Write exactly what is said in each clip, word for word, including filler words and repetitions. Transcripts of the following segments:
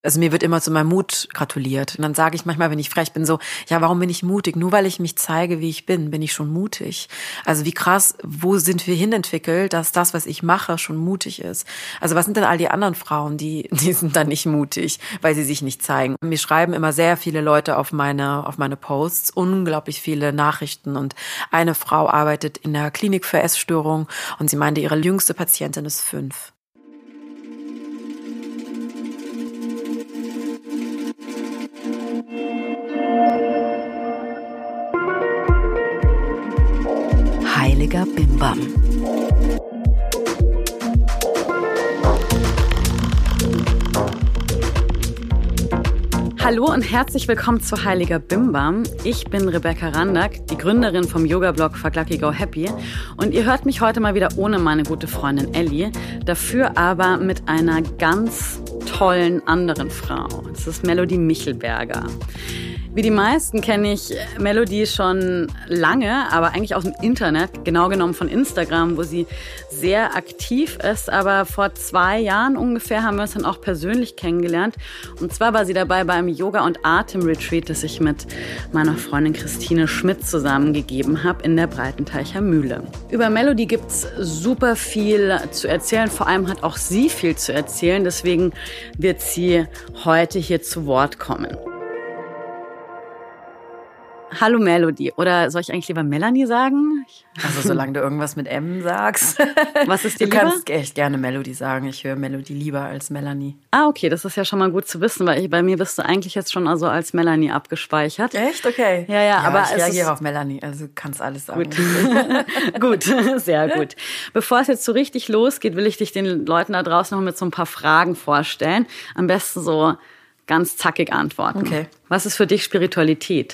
Also mir wird immer zu meinem Mut gratuliert. Und dann sage ich manchmal, wenn ich frech bin, so, ja, warum bin ich mutig? Nur weil ich mich zeige, wie ich bin, bin ich schon mutig. Also wie krass, wo sind wir hinentwickelt, dass das, was ich mache, schon mutig ist? Also was sind denn all die anderen Frauen, die, die sind dann nicht mutig, weil sie sich nicht zeigen? Mir schreiben immer sehr viele Leute auf meine, auf meine Posts, unglaublich viele Nachrichten. Und eine Frau arbeitet in der Klinik für Essstörungen und sie meinte, ihre jüngste Patientin ist fünf. Heiliger Bimbam. Hallo und herzlich willkommen zu Heiliger Bimbam. Ich bin Rebecca Randack, die Gründerin vom Yoga-Blog Fuck Lucky Go Happy. Und ihr hört mich heute mal wieder ohne meine gute Freundin Ellie, dafür aber mit einer ganz tollen anderen Frau. Das ist Melody Michelberger. Wie die meisten kenne ich Melody schon lange, aber eigentlich aus dem Internet, genau genommen von Instagram, wo sie sehr aktiv ist. Aber vor zwei Jahren ungefähr haben wir uns dann auch persönlich kennengelernt. Und zwar war sie dabei beim Yoga- und Atem-Retreat, das ich mit meiner Freundin Christine Schmidt zusammengegeben habe in der Breitenteicher Mühle. Über Melody gibt's super viel zu erzählen. Vor allem hat auch sie viel zu erzählen. Deswegen wird sie heute hier zu Wort kommen. Hallo Melody. Oder soll ich eigentlich lieber Melanie sagen? Also solange du irgendwas mit M sagst. Was ist dir lieber? Du kannst echt gerne Melody sagen. Ich höre Melody lieber als Melanie. Ah, okay. Das ist ja schon mal gut zu wissen, weil ich, bei mir bist du eigentlich jetzt schon also als Melanie abgespeichert. Echt? Okay. Ja, ja. ja aber ich reagiere auf Melanie. Also kannst alles sagen. Gut. Gut, sehr gut. Bevor es jetzt so richtig losgeht, will ich dich den Leuten da draußen noch mit so ein paar Fragen vorstellen. Am besten so ganz zackig antworten. Okay. Was ist für dich Spiritualität?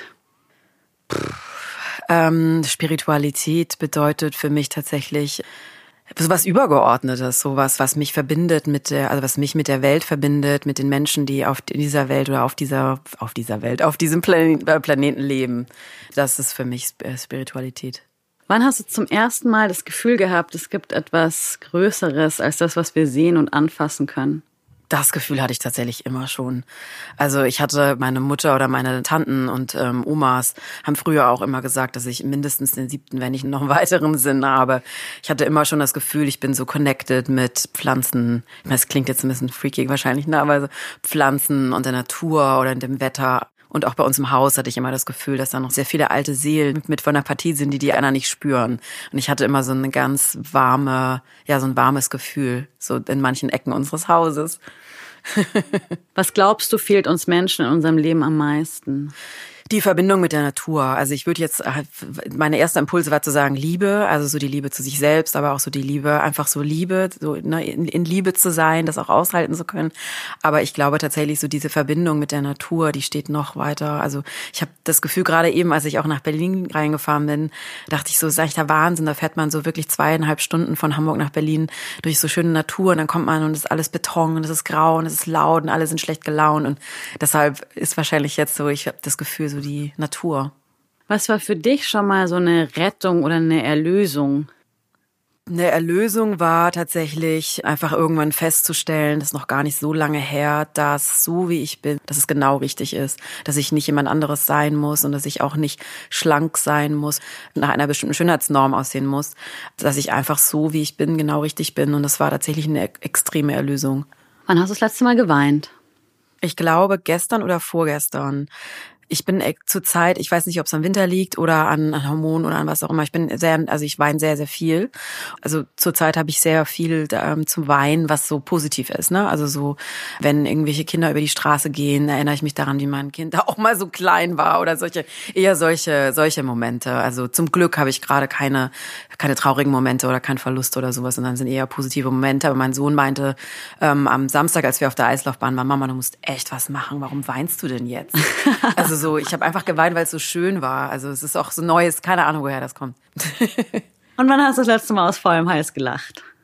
Ähm, Spiritualität bedeutet für mich tatsächlich sowas Übergeordnetes, sowas, was mich verbindet mit der, also was mich mit der Welt verbindet, mit den Menschen, die auf dieser Welt oder auf dieser, auf dieser Welt, auf diesem Plan- Planeten leben. Das ist für mich Spiritualität. Wann hast du zum ersten Mal das Gefühl gehabt, es gibt etwas Größeres als das, was wir sehen und anfassen können? Das Gefühl hatte ich tatsächlich immer schon. Also ich hatte meine Mutter oder meine Tanten und ähm, Omas haben früher auch immer gesagt, dass ich mindestens den siebten, wenn nicht noch einen weiteren Sinn habe. Ich hatte immer schon das Gefühl, ich bin so connected mit Pflanzen. Ich meine, es klingt jetzt ein bisschen freaky wahrscheinlich, ne? Aber so Pflanzen und der Natur oder in dem Wetter. Und auch bei uns im Haus hatte ich immer das Gefühl, dass da noch sehr viele alte Seelen mit von der Partie sind, die die einer nicht spüren. Und ich hatte immer so eine ganz warme, ja, so ein warmes Gefühl, so in manchen Ecken unseres Hauses. Was glaubst du, fehlt uns Menschen in unserem Leben am meisten? Die Verbindung mit der Natur. Also ich würde jetzt, meine erste Impulse war zu sagen Liebe, also so die Liebe zu sich selbst, aber auch so die Liebe, einfach so Liebe, so ne, in, in Liebe zu sein, das auch aushalten zu können. Aber ich glaube tatsächlich so diese Verbindung mit der Natur, die steht noch weiter. Also ich habe das Gefühl, gerade eben, als ich auch nach Berlin reingefahren bin, dachte ich so, ist eigentlich der Wahnsinn, da fährt man so wirklich zweieinhalb Stunden von Hamburg nach Berlin durch so schöne Natur und dann kommt man und es ist alles Beton und es ist grau und es ist laut und alle sind schlecht gelaunt und deshalb ist wahrscheinlich jetzt so, ich habe das Gefühl, so die Natur. Was war für dich schon mal so eine Rettung oder eine Erlösung? Eine Erlösung war tatsächlich einfach irgendwann festzustellen, das ist noch gar nicht so lange her, dass so wie ich bin, dass es genau richtig ist, dass ich nicht jemand anderes sein muss und dass ich auch nicht schlank sein muss, nach einer bestimmten Schönheitsnorm aussehen muss, dass ich einfach so wie ich bin, genau richtig bin und das war tatsächlich eine extreme Erlösung. Wann hast du das letzte Mal geweint? Ich glaube gestern oder vorgestern. Ich bin zur Zeit, ich weiß nicht, ob es am Winter liegt oder an, an Hormonen oder an was auch immer. Ich bin sehr, also ich weine sehr, sehr viel. Also zur Zeit habe ich sehr viel ähm, zum Weinen, was so positiv ist, ne? Also so, wenn irgendwelche Kinder über die Straße gehen, erinnere ich mich daran, wie mein Kind da auch mal so klein war oder solche, eher solche, solche Momente. Also zum Glück habe ich gerade keine, keine traurigen Momente oder keinen Verlust oder sowas, sondern sind eher positive Momente. Aber mein Sohn meinte ähm, am Samstag, als wir auf der Eislaufbahn waren, Mama, du musst echt was machen. Warum weinst du denn jetzt? Also so, ich habe einfach geweint, weil es so schön war. Also es ist auch so Neues, keine Ahnung, woher das kommt. Und wann hast du das letzte Mal aus vollem Hals gelacht?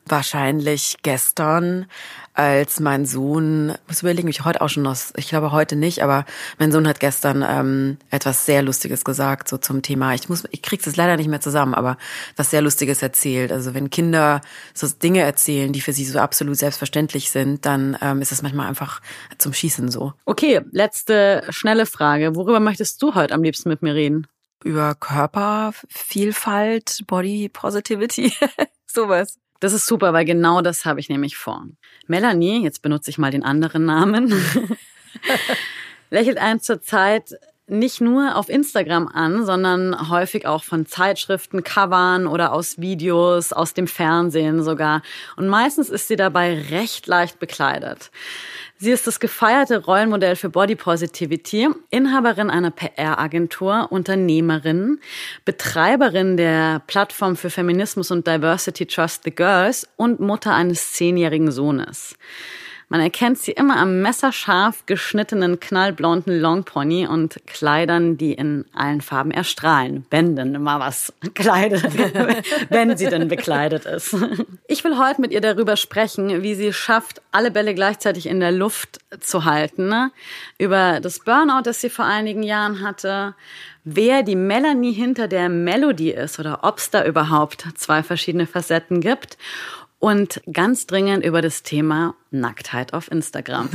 Wahrscheinlich gestern, als mein Sohn, muss überlegen, ich heute auch schon noch, ich glaube heute nicht, aber mein Sohn hat gestern ähm, etwas sehr Lustiges gesagt, so zum Thema, ich muss, ich krieg's jetzt leider nicht mehr zusammen, aber was sehr Lustiges erzählt. Also wenn Kinder so Dinge erzählen, die für sie so absolut selbstverständlich sind, dann ähm, ist es manchmal einfach zum Schießen so. Okay, letzte schnelle Frage. Worüber möchtest du heute am liebsten mit mir reden? Über Körpervielfalt, Body Positivity, sowas. Das ist super, weil genau das habe ich nämlich vor. Melanie, jetzt benutze ich mal den anderen Namen, lächelt einen zurzeit nicht nur auf Instagram an, sondern häufig auch von Zeitschriften, Covern oder aus Videos, aus dem Fernsehen sogar. Und meistens ist sie dabei recht leicht bekleidet. Sie ist das gefeierte Rollenmodell für Body Positivity, Inhaberin einer P R-Agentur, Unternehmerin, Betreiberin der Plattform für Feminismus und Diversity Trust the Girls und Mutter eines zehnjährigen Sohnes. Man erkennt sie immer am messerscharf geschnittenen, knallblonden Longpony und Kleidern, die in allen Farben erstrahlen. Wenn denn mal was kleidet, wenn sie denn bekleidet ist. Ich will heute mit ihr darüber sprechen, wie sie schafft, alle Bälle gleichzeitig in der Luft zu halten. Über das Burnout, das sie vor einigen Jahren hatte, wer die Melanie hinter der Melody ist oder ob es da überhaupt zwei verschiedene Facetten gibt. Und ganz dringend über das Thema Nacktheit auf Instagram.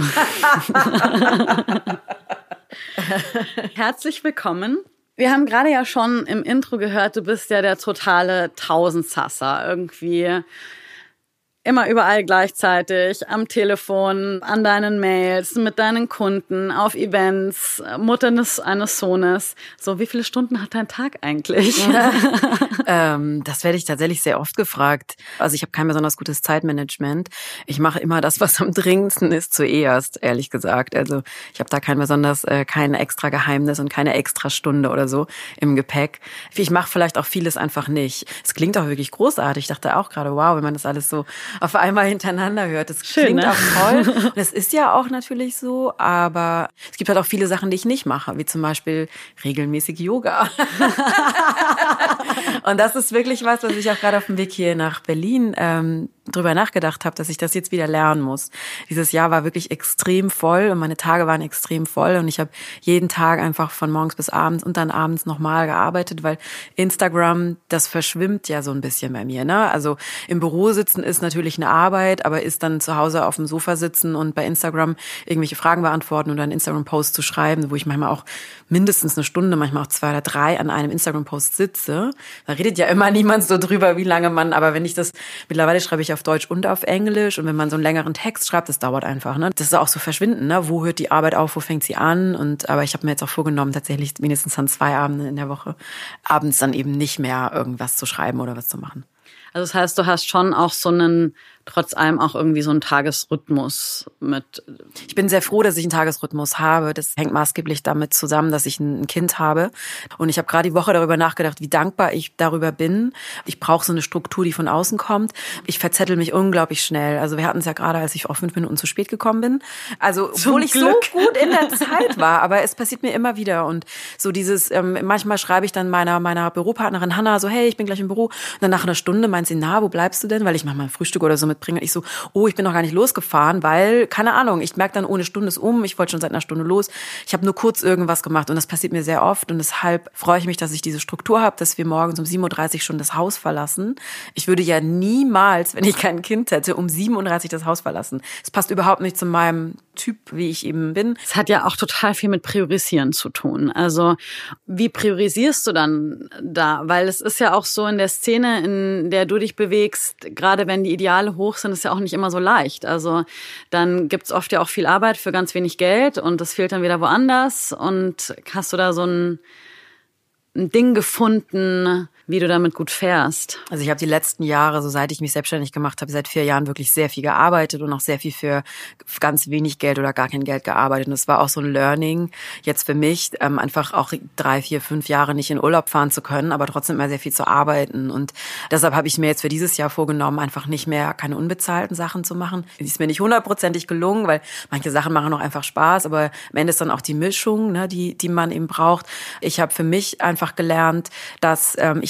Herzlich willkommen. Wir haben gerade ja schon im Intro gehört, du bist ja der totale Tausendsasser. Irgendwie immer überall gleichzeitig, am Telefon, an deinen Mails, mit deinen Kunden, auf Events, Mutter eines, eines Sohnes. So, wie viele Stunden hat dein Tag eigentlich? Ja. ähm, das werde ich tatsächlich sehr oft gefragt. Also ich habe kein besonders gutes Zeitmanagement. Ich mache immer das, was am dringendsten ist, zuerst, ehrlich gesagt. Also ich habe da kein besonders, äh, kein extra Geheimnis und keine extra Stunde oder so im Gepäck. Ich mache vielleicht auch vieles einfach nicht. Es klingt auch wirklich großartig. Ich dachte auch gerade, wow, wenn man das alles so auf einmal hintereinander hört. Das Schön, klingt ne? auch toll. Und es ist ja auch natürlich so, aber es gibt halt auch viele Sachen, die ich nicht mache, wie zum Beispiel regelmäßig Yoga. Und das ist wirklich was, was ich auch gerade auf dem Weg hier nach Berlin ähm, drüber nachgedacht habe, dass ich das jetzt wieder lernen muss. Dieses Jahr war wirklich extrem voll und meine Tage waren extrem voll und ich habe jeden Tag einfach von morgens bis abends und dann abends nochmal gearbeitet, weil Instagram, das verschwimmt ja so ein bisschen bei mir, ne? Also im Büro sitzen ist natürlich eine Arbeit, aber ist dann zu Hause auf dem Sofa sitzen und bei Instagram irgendwelche Fragen beantworten oder einen Instagram-Post zu schreiben, wo ich manchmal auch mindestens eine Stunde, manchmal auch zwei oder drei an einem Instagram-Post sitze. Da redet ja immer niemand so drüber, wie lange man, aber wenn ich das, mittlerweile schreibe ich auf Deutsch und auf Englisch und wenn man so einen längeren Text schreibt, das dauert einfach, ne? Das ist auch so verschwinden, ne? Wo hört die Arbeit auf, wo fängt sie an? Und aber ich habe mir jetzt auch vorgenommen, tatsächlich mindestens dann zwei Abende in der Woche abends dann eben nicht mehr irgendwas zu schreiben oder was zu machen. Also das heißt, du hast schon auch so einen, trotz allem auch irgendwie so einen Tagesrhythmus mit. Ich bin sehr froh, dass ich einen Tagesrhythmus habe. Das hängt maßgeblich damit zusammen, dass ich ein Kind habe. Und ich habe gerade die Woche darüber nachgedacht, wie dankbar ich darüber bin. Ich brauche so eine Struktur, die von außen kommt. Ich verzettel mich unglaublich schnell. Also wir hatten es ja gerade, als ich auf fünf Minuten zu spät gekommen bin. Also obwohl ich so gut in der Zeit war, aber es passiert mir immer wieder. Und so dieses, ähm, manchmal schreibe ich dann meiner meiner Büropartnerin Hannah so, hey, ich bin gleich im Büro. Und dann nach einer Stunde meint sie, na, wo bleibst du denn? Weil ich manchmal ein Frühstück oder so mitbringe. Und ich so, oh, ich bin noch gar nicht losgefahren, weil, keine Ahnung, ich merke dann, ohne Stunde ist um, ich wollte schon seit einer Stunde los. Ich habe nur kurz irgendwas gemacht und das passiert mir sehr oft und deshalb freue ich mich, dass ich diese Struktur habe, dass wir morgens um sieben Uhr dreißig schon das Haus verlassen. Ich würde ja niemals, wenn ich kein Kind hätte, um sieben Uhr dreißig das Haus verlassen. Es passt überhaupt nicht zu meinem Typ, wie ich eben bin. Es hat ja auch total viel mit Priorisieren zu tun. Also wie priorisierst du dann da? Weil es ist ja auch so in der Szene, in der du dich bewegst, gerade wenn die Ideale hoch sind, ist ja auch nicht immer so leicht. Also dann gibt's oft ja auch viel Arbeit für ganz wenig Geld und das fehlt dann wieder woanders. Und hast du da so ein, ein Ding gefunden, wie du damit gut fährst? Also ich habe die letzten Jahre, so seit ich mich selbstständig gemacht habe, seit vier Jahren wirklich sehr viel gearbeitet und auch sehr viel für ganz wenig Geld oder gar kein Geld gearbeitet. Und es war auch so ein Learning jetzt für mich, ähm, einfach auch drei, vier, fünf Jahre nicht in Urlaub fahren zu können, aber trotzdem immer sehr viel zu arbeiten. Und deshalb habe ich mir jetzt für dieses Jahr vorgenommen, einfach nicht mehr keine unbezahlten Sachen zu machen. Es ist mir nicht hundertprozentig gelungen, weil manche Sachen machen auch einfach Spaß, aber am Ende ist dann auch die Mischung, ne, die die man eben braucht. Ich habe für mich einfach gelernt, dass ähm, ich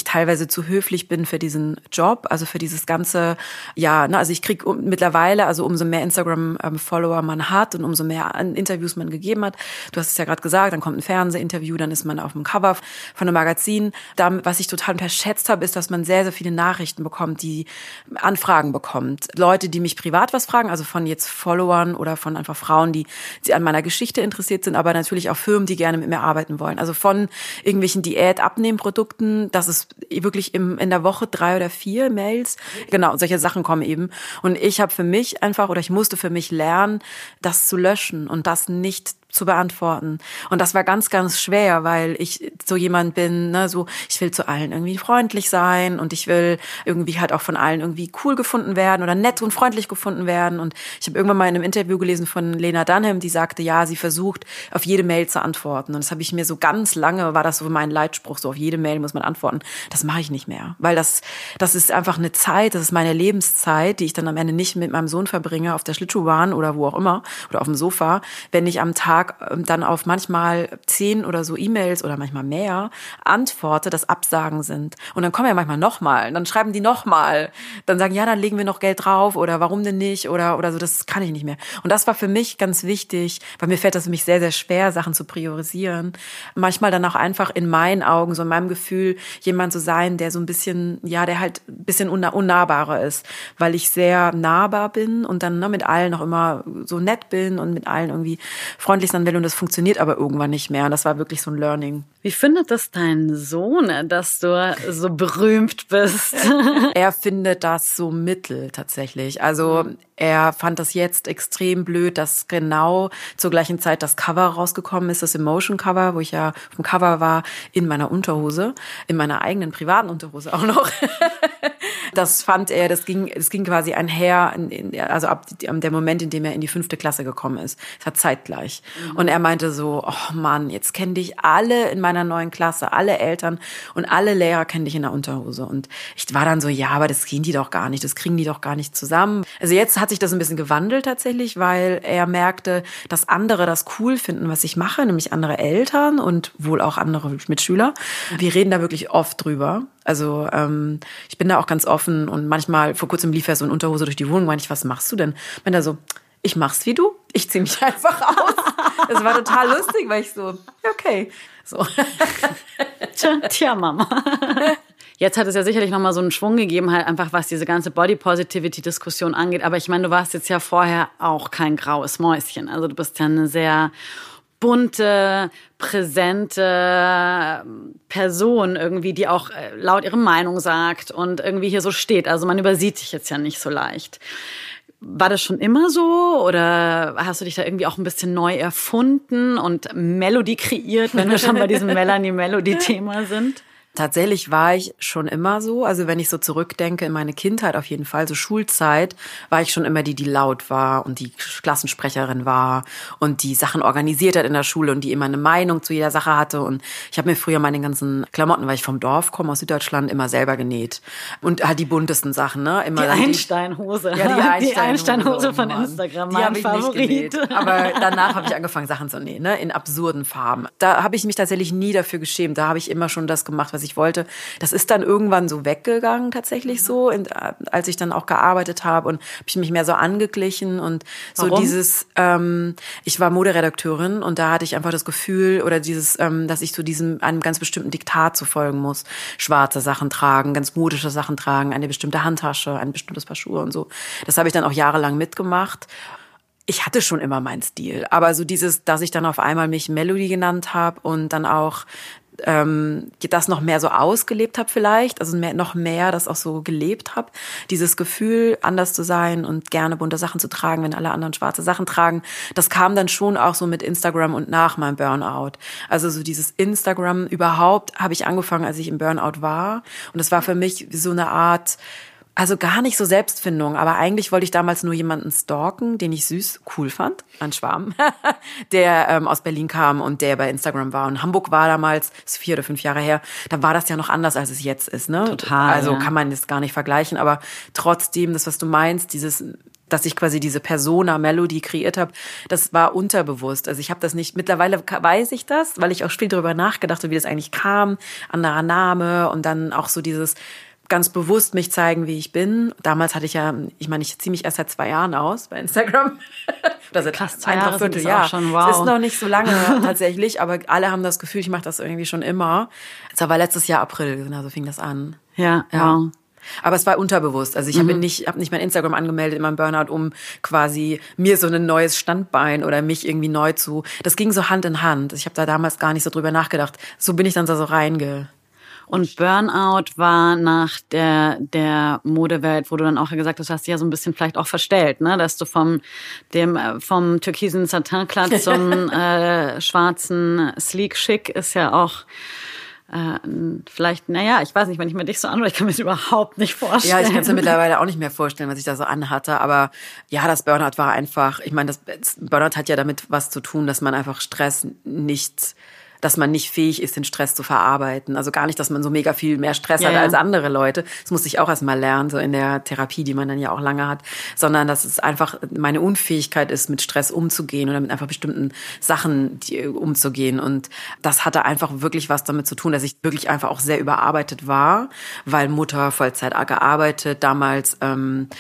teilweise zu höflich bin für diesen Job, also für dieses ganze, ja, ne, also ich kriege um, mittlerweile, also umso mehr Instagram-Follower man hat und umso mehr Interviews man gegeben hat, du hast es ja gerade gesagt, dann kommt ein Fernsehinterview, dann ist man auf dem Cover von einem Magazin. Da, was ich total unterschätzt habe, ist, dass man sehr, sehr viele Nachrichten bekommt, die Anfragen bekommt. Leute, die mich privat was fragen, also von jetzt Followern oder von einfach Frauen, die, die an meiner Geschichte interessiert sind, aber natürlich auch Firmen, die gerne mit mir arbeiten wollen. Also von irgendwelchen Diät-Abnehmprodukten, das ist wirklich im, in der Woche drei oder vier Mails. Genau, solche Sachen kommen eben. Und ich habe für mich einfach, oder ich musste für mich lernen, das zu löschen und das nicht zu beantworten. Und das war ganz, ganz schwer, weil ich so jemand bin, ne, so, ich will zu allen irgendwie freundlich sein und ich will irgendwie halt auch von allen irgendwie cool gefunden werden oder nett und freundlich gefunden werden. Und ich habe irgendwann mal in einem Interview gelesen von Lena Dunham, die sagte, ja, sie versucht, auf jede Mail zu antworten. Und das habe ich mir so ganz lange, war das so mein Leitspruch, so auf jede Mail muss man antworten. Das mache ich nicht mehr, weil das, das ist einfach eine Zeit, das ist meine Lebenszeit, die ich dann am Ende nicht mit meinem Sohn verbringe, auf der Schlittschuhbahn oder wo auch immer oder auf dem Sofa, wenn ich am Tag dann auf manchmal zehn oder so E-Mails oder manchmal mehr antworte, das Absagen sind. Und dann kommen ja manchmal nochmal, dann schreiben die nochmal, dann sagen, ja, dann legen wir noch Geld drauf oder warum denn nicht oder oder so, das kann ich nicht mehr. Und das war für mich ganz wichtig, weil mir fällt das für mich sehr, sehr schwer, Sachen zu priorisieren. Manchmal dann auch einfach in meinen Augen, so in meinem Gefühl, jemand zu sein, der so ein bisschen, ja, der halt ein bisschen unna- unnahbarer ist, weil ich sehr nahbar bin und dann ne, mit allen auch immer so nett bin und mit allen irgendwie freundlich sein will und das funktioniert aber irgendwann nicht mehr. Und das war wirklich so ein Learning. Wie findet das dein Sohn, dass du so berühmt bist? Er findet das so mittel tatsächlich. Also er fand das jetzt extrem blöd, dass genau zur gleichen Zeit das Cover rausgekommen ist, das Emotion-Cover, wo ich ja auf dem Cover war, in meiner Unterhose, in meiner eigenen privaten Unterhose auch noch. Das fand er, das ging, es ging quasi einher, also ab der Moment, in dem er in die fünfte Klasse gekommen ist. Es hat zeitgleich. Mhm. Und er meinte so, oh Mann, jetzt kennen dich alle in meiner neuen Klasse, alle Eltern und alle Lehrer kennen dich in der Unterhose. Und ich war dann so, ja, aber das gehen die doch gar nicht, das kriegen die doch gar nicht zusammen. Also jetzt hat sich das ein bisschen gewandelt tatsächlich, weil er merkte, dass andere das cool finden, was ich mache, nämlich andere Eltern und wohl auch andere Mitschüler. Wir reden da wirklich oft drüber. Also ähm, ich bin da auch ganz offen und manchmal, vor kurzem lief er so in Unterhose durch die Wohnung, meinte ich, was machst du denn? Wenn er so, ich mach's wie du, ich zieh mich einfach aus. Das war total lustig, weil ich so, okay, so. Tja, tja, Mama. Jetzt hat es ja sicherlich nochmal so einen Schwung gegeben, halt einfach was diese ganze Body-Positivity-Diskussion angeht. Aber ich meine, du warst jetzt ja vorher auch kein graues Mäuschen. Also du bist ja eine sehr bunte, präsente Person irgendwie, die auch laut ihre Meinung sagt und irgendwie hier so steht. Also man übersieht dich jetzt ja nicht so leicht. War das schon immer so oder hast du dich da irgendwie auch ein bisschen neu erfunden und Melody kreiert, wenn wir schon bei diesem Melanie-Melody-Thema sind? Tatsächlich war ich schon immer so, also wenn ich so zurückdenke in meine Kindheit auf jeden Fall, so Schulzeit, war ich schon immer die, die laut war und die Klassensprecherin war und die Sachen organisiert hat in der Schule und die immer eine Meinung zu jeder Sache hatte. Und ich habe mir früher meine ganzen Klamotten, weil ich vom Dorf komme, aus Süddeutschland, immer selber genäht. Und halt die buntesten Sachen, ne? Immer die Einsteinhose. Ja, die Einsteinhose, die Einsteinhose oh von Instagram, die mein habe ich Favorit. nicht genäht. Aber danach habe ich angefangen, Sachen zu nähen, ne? In absurden Farben. Da habe ich mich tatsächlich nie dafür geschämt. Da habe ich immer schon das gemacht, was ich wollte. Das ist dann irgendwann so weggegangen tatsächlich so, in, als ich dann auch gearbeitet habe und habe ich mich mehr so angeglichen und so Warum? dieses, ähm, ich war Moderedakteurin und da hatte ich einfach das Gefühl oder dieses, ähm, dass ich so diesem einem ganz bestimmten Diktat zu folgen muss. Schwarze Sachen tragen, ganz modische Sachen tragen, eine bestimmte Handtasche, ein bestimmtes Paar Schuhe und so. Das habe ich dann auch jahrelang mitgemacht. Ich hatte schon immer meinen Stil, aber so dieses, dass ich dann auf einmal mich Melody genannt habe und dann auch ähm, das noch mehr so ausgelebt habe vielleicht, also mehr, noch mehr das auch so gelebt habe, dieses Gefühl, anders zu sein und gerne bunte Sachen zu tragen, wenn alle anderen schwarze Sachen tragen, das kam dann schon auch so mit Instagram und nach meinem Burnout. Also so dieses Instagram überhaupt habe ich angefangen, als ich im Burnout war und es war für mich so eine Art, also gar nicht so Selbstfindung, aber eigentlich wollte ich damals nur jemanden stalken, den ich süß, cool fand, ein Schwarm, der ähm, aus Berlin kam und der bei Instagram war. Und Hamburg war damals, das ist vier oder fünf Jahre her, da war das ja noch anders, als es jetzt ist, ne? Total. Also ja. kann man das gar nicht vergleichen, aber trotzdem, das, was du meinst, dieses dass ich quasi diese Persona Melody kreiert habe, das war unterbewusst. Also ich habe das nicht, mittlerweile weiß ich das, weil ich auch viel darüber nachgedacht habe, wie das eigentlich kam, anderer Name und dann auch so dieses ganz bewusst mich zeigen, wie ich bin. Damals hatte ich ja, ich meine, ich ziehe mich erst seit zwei Jahren aus bei Instagram. Oder seit Krass, zwei Jahre Viertel, ja. Schon, wow. Es ist noch nicht so lange tatsächlich, aber alle haben das Gefühl, ich mache das irgendwie schon immer. Es war letztes Jahr April, also fing das an. Ja, ja. Wow. Aber es war unterbewusst. Also ich mhm. habe nicht, hab nicht mein Instagram angemeldet in meinem Burnout, um quasi mir so ein neues Standbein oder mich irgendwie neu zu... Das ging so Hand in Hand. Ich habe da damals gar nicht so drüber nachgedacht. So bin ich dann da so reinge... Und Burnout war nach der der Modewelt, wo du dann auch gesagt hast, du hast dich ja so ein bisschen vielleicht auch verstellt, ne, dass du vom dem vom türkisen Satinkleid zum äh, schwarzen Sleek Chic ist ja auch äh, vielleicht, naja, ich weiß nicht, wenn ich mir dich so anschaue, ich kann mir das überhaupt nicht vorstellen. Ja, ich kann es mir mittlerweile auch nicht mehr vorstellen, was ich da so anhatte, aber ja, das Burnout war einfach, ich meine, das Burnout hat ja damit was zu tun, dass man einfach Stress nicht dass man nicht fähig ist, den Stress zu verarbeiten. Also gar nicht, dass man so mega viel mehr Stress ja, hat ja. als andere Leute. Das musste ich auch erst mal lernen, so in der Therapie, die man dann ja auch lange hat. Sondern dass es einfach meine Unfähigkeit ist, mit Stress umzugehen oder mit einfach bestimmten Sachen die, umzugehen. Und das hatte einfach wirklich was damit zu tun, dass ich wirklich einfach auch sehr überarbeitet war, weil Mutter Vollzeit gearbeitet, damals... Ähm,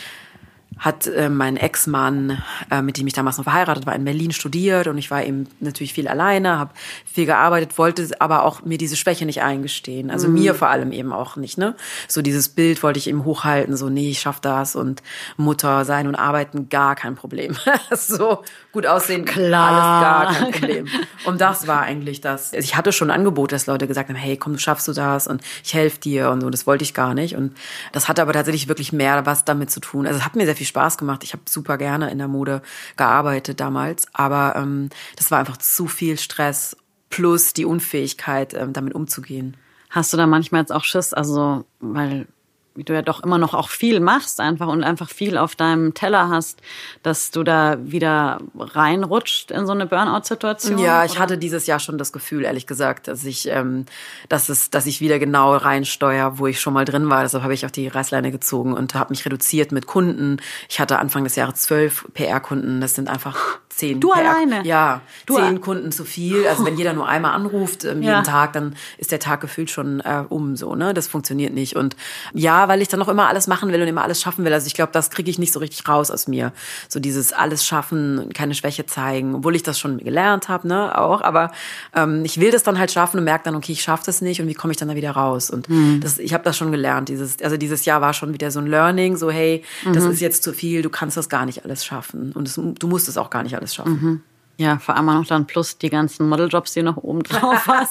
hat äh, mein Ex-Mann, äh, mit dem ich damals noch verheiratet war, in Berlin studiert und ich war eben natürlich viel alleine, habe viel gearbeitet, wollte aber auch mir diese Schwäche nicht eingestehen. Also mhm. mir vor allem eben auch nicht, ne? So dieses Bild wollte ich eben hochhalten, so nee, ich schaff das und Mutter sein und arbeiten, gar kein Problem. So gut aussehen, klar, alles gar kein Problem. Und das war eigentlich das. Ich hatte schon ein Angebot, dass Leute gesagt haben, hey, komm, du schaffst du das und ich helfe dir und so. Das wollte ich gar nicht und das hatte aber tatsächlich wirklich mehr was damit zu tun. Also es hat mir sehr viel Spaß gemacht. Ich habe super gerne in der Mode gearbeitet damals, aber ähm, das war einfach zu viel Stress plus die Unfähigkeit, ähm, damit umzugehen. Hast du da manchmal jetzt auch Schiss, also weil du ja doch immer noch auch viel machst einfach und einfach viel auf deinem Teller hast, dass du da wieder reinrutscht in so eine Burnout-Situation? Ja, ich oder? hatte dieses Jahr schon das Gefühl, ehrlich gesagt, dass ich, ähm, dass es, dass ich wieder genau reinsteuere, wo ich schon mal drin war. Deshalb habe ich auch die Reißleine gezogen und habe mich reduziert mit Kunden. Ich hatte Anfang des Jahres zwölf P R-Kunden. Das sind einfach zehn. Du P R- alleine? Ja, du zehn a- Kunden zu viel. Also wenn jeder nur einmal anruft ähm, jeden ja. Tag, dann ist der Tag gefühlt schon äh, um so. Ne, das funktioniert nicht. Und ja, weil ich dann noch immer alles machen will und immer alles schaffen will. Also ich glaube, das kriege ich nicht so richtig raus aus mir. So dieses alles schaffen, keine Schwäche zeigen, obwohl ich das schon gelernt habe, ne, auch. Aber ähm, ich will das dann halt schaffen und merke dann, okay, ich schaffe das nicht und wie komme ich dann da wieder raus? Und mhm. das, ich habe das schon gelernt. Dieses, also dieses Jahr war schon wieder so ein Learning, so hey, mhm. das ist jetzt zu viel, du kannst das gar nicht alles schaffen und das, du musst es auch gar nicht alles schaffen. Mhm. Ja, vor allem noch dann plus die ganzen Modeljobs, die du noch oben drauf hast.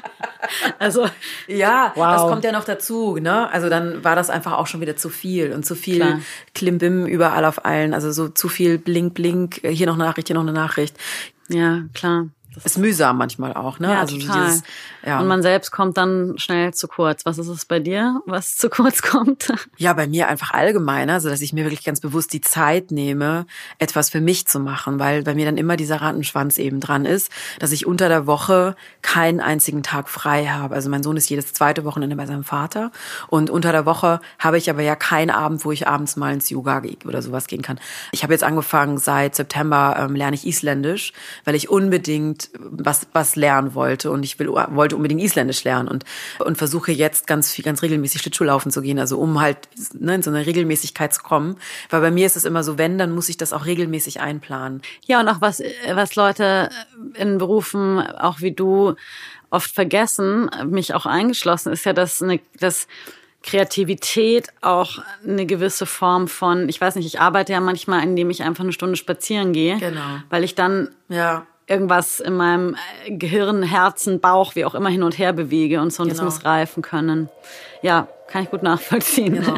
Also ja, wow. Das kommt ja noch dazu, ne? Also dann war das einfach auch schon wieder zu viel und zu viel Klar. Klimbim überall auf allen, also so zu viel Blink Blink, hier noch eine Nachricht, hier noch eine Nachricht. Ja, klar. Das ist mühsam manchmal auch, ne? Ja, also total. Dieses, ja. Und man selbst kommt dann schnell zu kurz. Was ist es bei dir, was zu kurz kommt? Ja, bei mir einfach allgemein, also dass ich mir wirklich ganz bewusst die Zeit nehme, etwas für mich zu machen, weil bei mir dann immer dieser Rattenschwanz eben dran ist, dass ich unter der Woche keinen einzigen Tag frei habe. Also mein Sohn ist jedes zweite Wochenende bei seinem Vater und unter der Woche habe ich aber ja keinen Abend, wo ich abends mal ins Yoga oder sowas gehen kann. Ich habe jetzt angefangen, seit September ähm, lerne ich Isländisch, weil ich unbedingt was was lernen wollte und ich will wollte unbedingt Isländisch lernen und und versuche jetzt ganz viel ganz regelmäßig Schlittschuhlaufen zu gehen, also um halt ne, in so eine Regelmäßigkeit zu kommen, weil bei mir ist es immer so, wenn, dann muss ich das auch regelmäßig einplanen. Ja, und auch was was Leute in Berufen auch wie du oft vergessen, mich auch eingeschlossen, ist ja, dass eine dass Kreativität auch eine gewisse Form von, ich weiß nicht, ich arbeite ja manchmal, indem ich einfach eine Stunde spazieren gehe, genau. weil ich dann ja irgendwas in meinem Gehirn, Herzen, Bauch, wie auch immer hin und her bewege und so. Und genau. Das muss reifen können. Ja, kann ich gut nachvollziehen. Genau.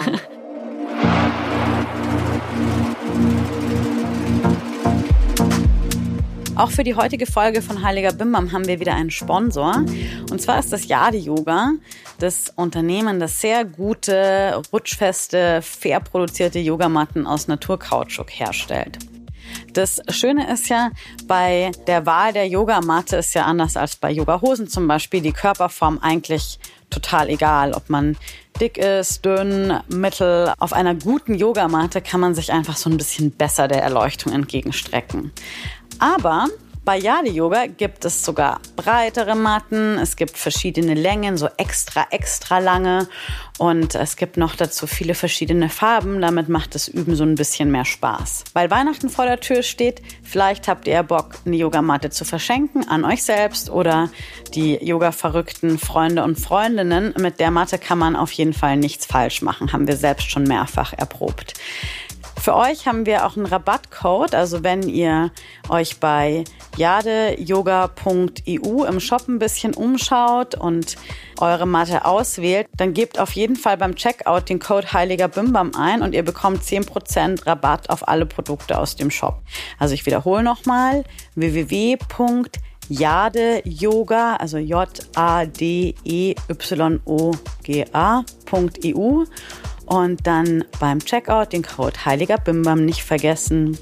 Auch für die heutige Folge von Heiliger Bimbam haben wir wieder einen Sponsor. Und zwar ist das Yadi Yoga, das Unternehmen, das sehr gute, rutschfeste, fair produzierte Yogamatten aus Naturkautschuk herstellt. Das Schöne ist ja, bei der Wahl der Yogamatte ist ja anders als bei Yogahosen zum Beispiel die Körperform eigentlich total egal, ob man dick ist, dünn, mittel. Auf einer guten Yogamatte kann man sich einfach so ein bisschen besser der Erleuchtung entgegenstrecken. Aber bei Yade Yoga gibt es sogar breitere Matten, es gibt verschiedene Längen, so extra, extra lange und es gibt noch dazu viele verschiedene Farben. Damit macht das Üben so ein bisschen mehr Spaß. Weil Weihnachten vor der Tür steht, vielleicht habt ihr Bock, eine Yogamatte zu verschenken an euch selbst oder die Yoga-verrückten Freunde und Freundinnen. Mit der Matte kann man auf jeden Fall nichts falsch machen, haben wir selbst schon mehrfach erprobt. Für euch haben wir auch einen Rabattcode, also wenn ihr euch bei yade yoga punkt e u im Shop ein bisschen umschaut und eure Matte auswählt, dann gebt auf jeden Fall beim Checkout den Code Heiliger Bimbam ein und ihr bekommt zehn Prozent Rabatt auf alle Produkte aus dem Shop. Also ich wiederhole nochmal, w w w punkt yade yoga, also J A D E Y O G A Punkt E U und dann beim Checkout den Code Heiliger Bimbam nicht vergessen.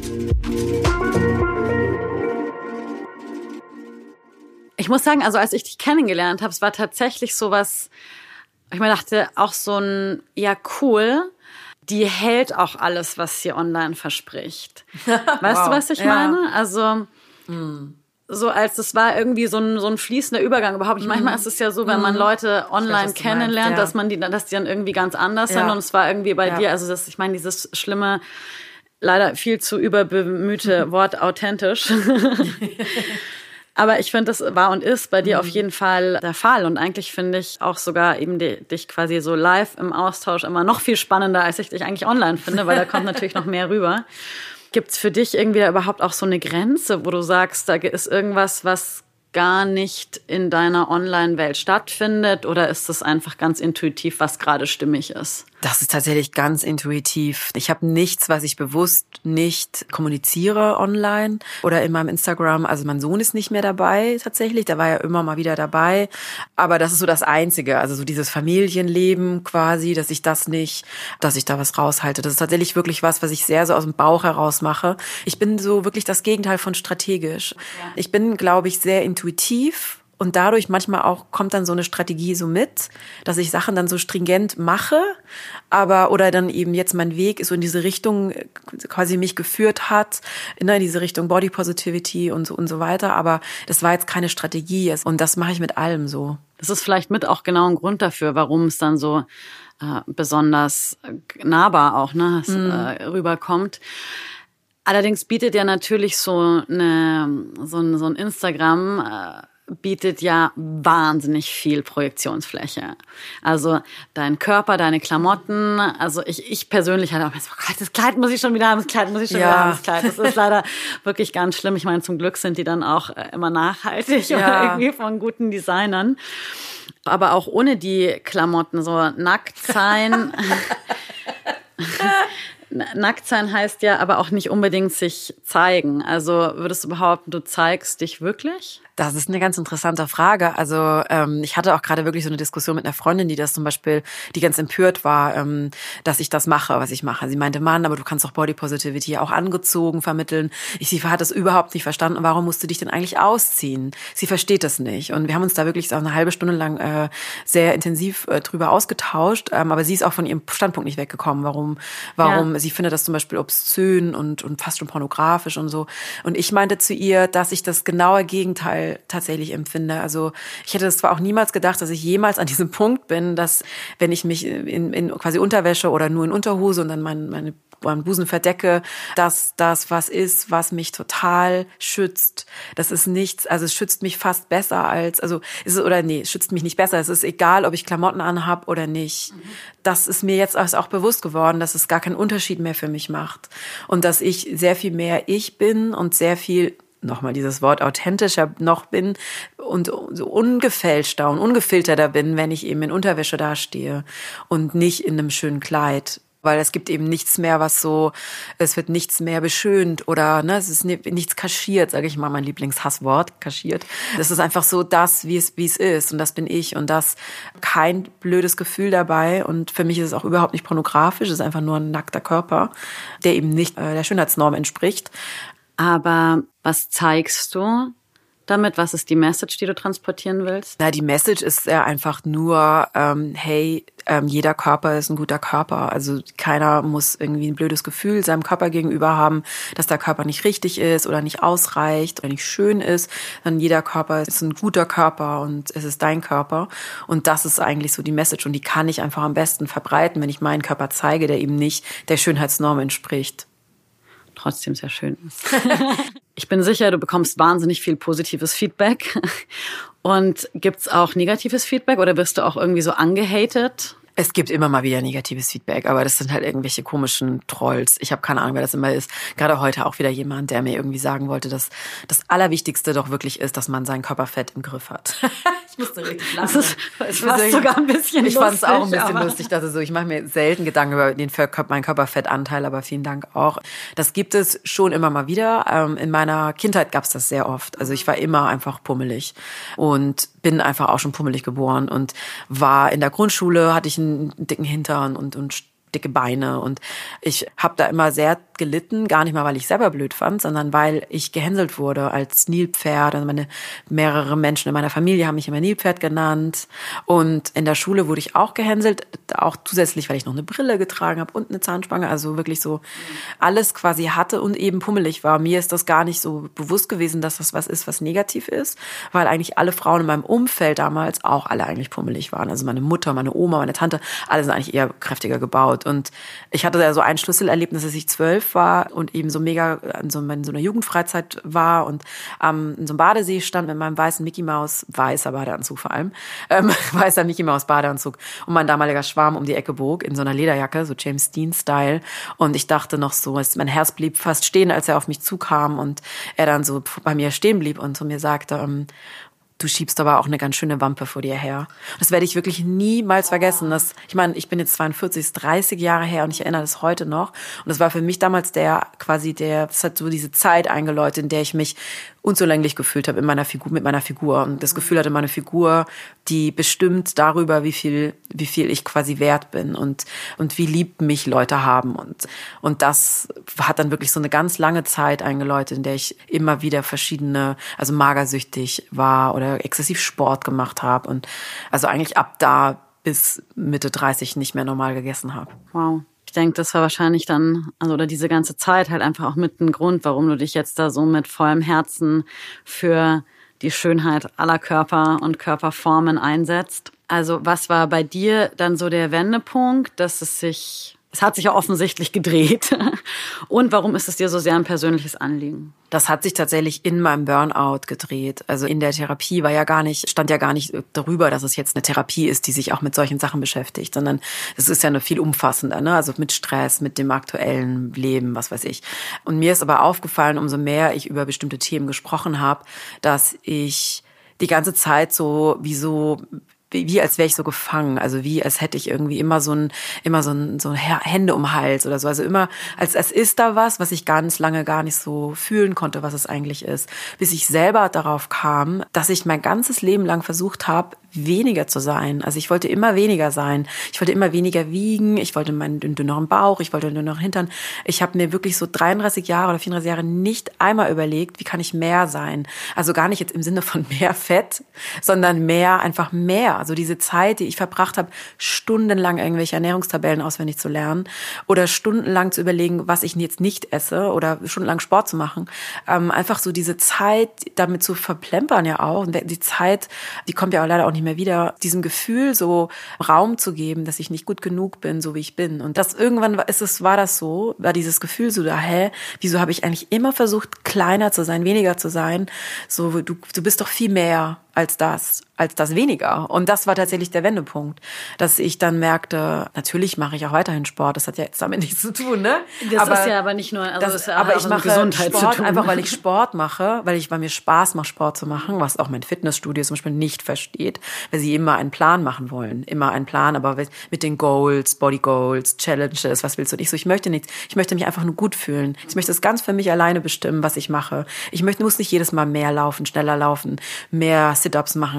Ich muss sagen, also als ich dich kennengelernt habe, es war tatsächlich sowas, ich mir dachte, auch so ein, ja cool, die hält auch alles, was sie online verspricht. Weißt wow. du, was ich ja. meine? Also mm. so als es war irgendwie so ein, so ein fließender Übergang überhaupt nicht. Mm. Manchmal ist es ja so, wenn man Leute online weiß, kennenlernt, ja. dass man die, dass die dann irgendwie ganz anders ja. sind und es war irgendwie bei ja. dir, also das, ich meine, dieses schlimme, leider viel zu überbemühte Wort authentisch. Aber ich finde, das war und ist bei dir mhm. auf jeden Fall der Fall. Und eigentlich finde ich auch sogar eben die, dich quasi so live im Austausch immer noch viel spannender, als ich dich eigentlich online finde, weil da kommt natürlich noch mehr rüber. Gibt's für dich irgendwie da überhaupt auch so eine Grenze, wo du sagst, da ist irgendwas, was gar nicht in deiner Online-Welt stattfindet? Oder ist das einfach ganz intuitiv, was gerade stimmig ist? Das ist tatsächlich ganz intuitiv. Ich habe nichts, was ich bewusst nicht kommuniziere online oder in meinem Instagram. Also mein Sohn ist nicht mehr dabei tatsächlich. Der war ja immer mal wieder dabei. Aber das ist so das Einzige. Also so dieses Familienleben quasi, dass ich das nicht, dass ich da was raushalte. Das ist tatsächlich wirklich was, was ich sehr so aus dem Bauch heraus mache. Ich bin so wirklich das Gegenteil von strategisch. Ja. Ich bin, glaube ich, sehr intuitiv. Und dadurch manchmal auch kommt dann so eine Strategie so mit, dass ich Sachen dann so stringent mache, aber oder dann eben jetzt mein Weg so in diese Richtung quasi mich geführt hat, in diese Richtung Body Positivity und so und so weiter. Aber das war jetzt keine Strategie und das mache ich mit allem so. Das ist vielleicht mit auch genau ein Grund dafür, warum es dann so äh, besonders nahbar auch ne, mhm. äh, rüberkommt. Allerdings bietet ja natürlich so eine so ein, so ein Instagram äh, bietet ja wahnsinnig viel Projektionsfläche. Also dein Körper, deine Klamotten. Also ich, ich persönlich hatte auch so, oh Gott, das Kleid muss ich schon wieder haben, das Kleid muss ich schon ja. wieder haben, das Kleid. Das ist leider wirklich ganz schlimm. Ich meine, zum Glück sind die dann auch immer nachhaltig ja. oder irgendwie von guten Designern. Aber auch ohne die Klamotten, so nackt sein. Nackt sein heißt ja aber auch nicht unbedingt sich zeigen. Also würdest du behaupten, du zeigst dich wirklich? Das ist eine ganz interessante Frage. Also ähm, ich hatte auch gerade wirklich so eine Diskussion mit einer Freundin, die das zum Beispiel, die ganz empört war, ähm, dass ich das mache, was ich mache. Sie meinte, Mann, aber du kannst doch Body Positivity auch angezogen vermitteln. Ich, sie hat das überhaupt nicht verstanden. Warum musst du dich denn eigentlich ausziehen? Sie versteht das nicht. Und wir haben uns da wirklich so eine halbe Stunde lang äh, sehr intensiv äh, drüber ausgetauscht. Ähm, aber sie ist auch von ihrem Standpunkt nicht weggekommen. Warum? Warum? Ja. Sie findet das zum Beispiel obszön und, und fast schon pornografisch und so. Und ich meinte zu ihr, dass ich das genaue Gegenteil tatsächlich empfinde. Also ich hätte das zwar auch niemals gedacht, dass ich jemals an diesem Punkt bin, dass wenn ich mich in, in quasi Unterwäsche oder nur in Unterhose und dann mein, meine meinen Busen verdecke, dass das was ist, was mich total schützt. Das ist nichts, also es schützt mich fast besser als, also ist es, oder nee, es schützt mich nicht besser. Es ist egal, ob ich Klamotten anhab oder nicht. Mhm. Das ist mir jetzt auch bewusst geworden, dass es gar keinen Unterschied mehr für mich macht. Und dass ich sehr viel mehr ich bin und sehr viel nochmal dieses Wort authentischer noch bin und so ungefälschter und ungefilterter bin, wenn ich eben in Unterwäsche dastehe und nicht in einem schönen Kleid. Weil es gibt eben nichts mehr, was so, es wird nichts mehr beschönt oder ne, es ist nichts kaschiert, sage ich mal, mein Lieblingshasswort, kaschiert. Das ist einfach so das, wie es wie es ist und das bin ich und das kein blödes Gefühl dabei und für mich ist es auch überhaupt nicht pornografisch, es ist einfach nur ein nackter Körper, der eben nicht äh, der Schönheitsnorm entspricht. Aber was zeigst du, damit? Was ist die Message, die du transportieren willst? Na, die Message ist ja einfach nur, ähm, hey, ähm, jeder Körper ist ein guter Körper. Also keiner muss irgendwie ein blödes Gefühl seinem Körper gegenüber haben, dass der Körper nicht richtig ist oder nicht ausreicht oder nicht schön ist. Sondern jeder Körper ist ein guter Körper und es ist dein Körper. Und das ist eigentlich so die Message. Und die kann ich einfach am besten verbreiten, wenn ich meinen Körper zeige, der eben nicht der Schönheitsnorm entspricht. Trotzdem sehr schön ist. Ich bin sicher, du bekommst wahnsinnig viel positives Feedback. Und gibt's auch negatives Feedback oder wirst du auch irgendwie so angehatet? Es gibt immer mal wieder negatives Feedback, aber das sind halt irgendwelche komischen Trolls. Ich habe keine Ahnung, wer das immer ist. Gerade heute auch wieder jemand, der mir irgendwie sagen wollte, dass das Allerwichtigste doch wirklich ist, dass man sein Körperfett im Griff hat. Ich musste richtig lachen. Das ist, das ist sogar ein bisschen ich lustig. Ich fand es auch ein bisschen lustig. Dass so, ich mache mir selten Gedanken über den meinen Körperfettanteil, aber vielen Dank auch. Das gibt es schon immer mal wieder. In meiner Kindheit gab es das sehr oft. Also ich war immer einfach pummelig und bin einfach auch schon pummelig geboren und war in der Grundschule, hatte ich einen dicken Hintern und, und dicke Beine und ich habe da immer sehr gelitten, gar nicht mal, weil ich selber blöd fand, sondern weil ich gehänselt wurde als Nilpferd. Also meine mehrere Menschen in meiner Familie haben mich immer Nilpferd genannt und in der Schule wurde ich auch gehänselt, auch zusätzlich, weil ich noch eine Brille getragen habe und eine Zahnspange, also wirklich so alles quasi hatte und eben pummelig war. Mir ist das gar nicht so bewusst gewesen, dass das was ist, was negativ ist, weil eigentlich alle Frauen in meinem Umfeld damals auch alle eigentlich pummelig waren. Also meine Mutter, meine Oma, meine Tante, alle sind eigentlich eher kräftiger gebaut. Und ich hatte da so ein Schlüsselerlebnis, dass ich zwölf war und eben so mega in so, in so einer Jugendfreizeit war und ähm, in so einem Badesee stand mit meinem weißen Mickey Maus, weißer Badeanzug vor allem, ähm, weißer Mickey Maus Badeanzug und mein damaliger Schwarm um die Ecke bog in so einer Lederjacke, so James Dean-Style. Und ich dachte noch so, mein Herz blieb fast stehen, als er auf mich zukam und er dann so bei mir stehen blieb und zu mir sagte, ähm, du schiebst aber auch eine ganz schöne Wampe vor dir her. Das werde ich wirklich niemals vergessen. Das, ich meine, ich bin jetzt zweiundvierzig, ist dreißig Jahre her und ich erinnere das heute noch. Und das war für mich damals der, quasi der, das hat so diese Zeit eingeläutet, in der ich mich unzulänglich gefühlt habe in meiner Figur, mit meiner Figur. Und das Gefühl hatte, meine Figur, die bestimmt darüber, wie viel, wie viel ich quasi wert bin und, und wie lieb mich Leute haben. Und, und das hat dann wirklich so eine ganz lange Zeit eingeläutet, in der ich immer wieder verschiedene, also magersüchtig war oder exzessiv Sport gemacht habe. Und also eigentlich ab da bis Mitte dreißig nicht mehr normal gegessen habe. Wow. Ich denke, das war wahrscheinlich dann, also oder diese ganze Zeit halt einfach auch mit ein Grund, warum du dich jetzt da so mit vollem Herzen für die Schönheit aller Körper und Körperformen einsetzt. Also was war bei dir dann so der Wendepunkt, dass es sich, es hat sich ja offensichtlich gedreht. Und warum ist es dir so sehr ein persönliches Anliegen? Das hat sich tatsächlich in meinem Burnout gedreht. Also in der Therapie war ja gar nicht, stand ja gar nicht darüber, dass es jetzt eine Therapie ist, die sich auch mit solchen Sachen beschäftigt, sondern es ist ja eine viel umfassender, ne? Also mit Stress, mit dem aktuellen Leben, was weiß ich. Und mir ist aber aufgefallen, umso mehr ich über bestimmte Themen gesprochen habe, dass ich die ganze Zeit so wie so Wie, wie als wäre ich so gefangen, also wie als hätte ich irgendwie immer so ein immer so ein so Hände um den Hals oder so, also immer als als ist da was, was ich ganz lange gar nicht so fühlen konnte, was es eigentlich ist, bis ich selber darauf kam, dass ich mein ganzes Leben lang versucht habe, weniger zu sein. Also ich wollte immer weniger sein. Ich wollte immer weniger wiegen. Ich wollte meinen dünneren Bauch. Ich wollte einen dünneren Hintern. Ich habe mir wirklich so dreiunddreißig Jahre oder vierunddreißig Jahre nicht einmal überlegt, wie kann ich mehr sein. Also gar nicht jetzt im Sinne von mehr Fett, sondern mehr, einfach mehr. Also diese Zeit, die ich verbracht habe, stundenlang irgendwelche Ernährungstabellen auswendig zu lernen oder stundenlang zu überlegen, was ich jetzt nicht esse oder stundenlang Sport zu machen. Ähm, einfach so diese Zeit damit zu verplempern ja auch. Und die Zeit, die kommt ja auch leider auch nicht mehr wieder, diesem Gefühl so Raum zu geben, dass ich nicht gut genug bin, so wie ich bin. Und das irgendwann war, ist es, war das so, war dieses Gefühl so da, hä, wieso habe ich eigentlich immer versucht, kleiner zu sein, weniger zu sein? So, du, du bist doch viel mehr als das, als das weniger. Und das war tatsächlich der Wendepunkt, dass ich dann merkte, natürlich mache ich auch weiterhin Sport, das hat ja jetzt damit nichts zu tun, ne? Das aber, ist ja aber nicht nur, also das, das ist ja aber auch ich mit mache Gesundheit Sport zu tun. einfach, weil ich Sport mache, weil ich, weil mir Spaß macht, Sport zu machen, was auch mein Fitnessstudio zum Beispiel nicht versteht, weil sie immer einen Plan machen wollen, immer einen Plan, aber mit den Goals, Body Goals, Challenges, was willst du? Und ich so, ich möchte nichts, ich möchte mich einfach nur gut fühlen. Ich möchte es ganz für mich alleine bestimmen, was ich mache. Ich möchte, muss nicht jedes Mal mehr laufen, schneller laufen, mehr Sit-Ups machen.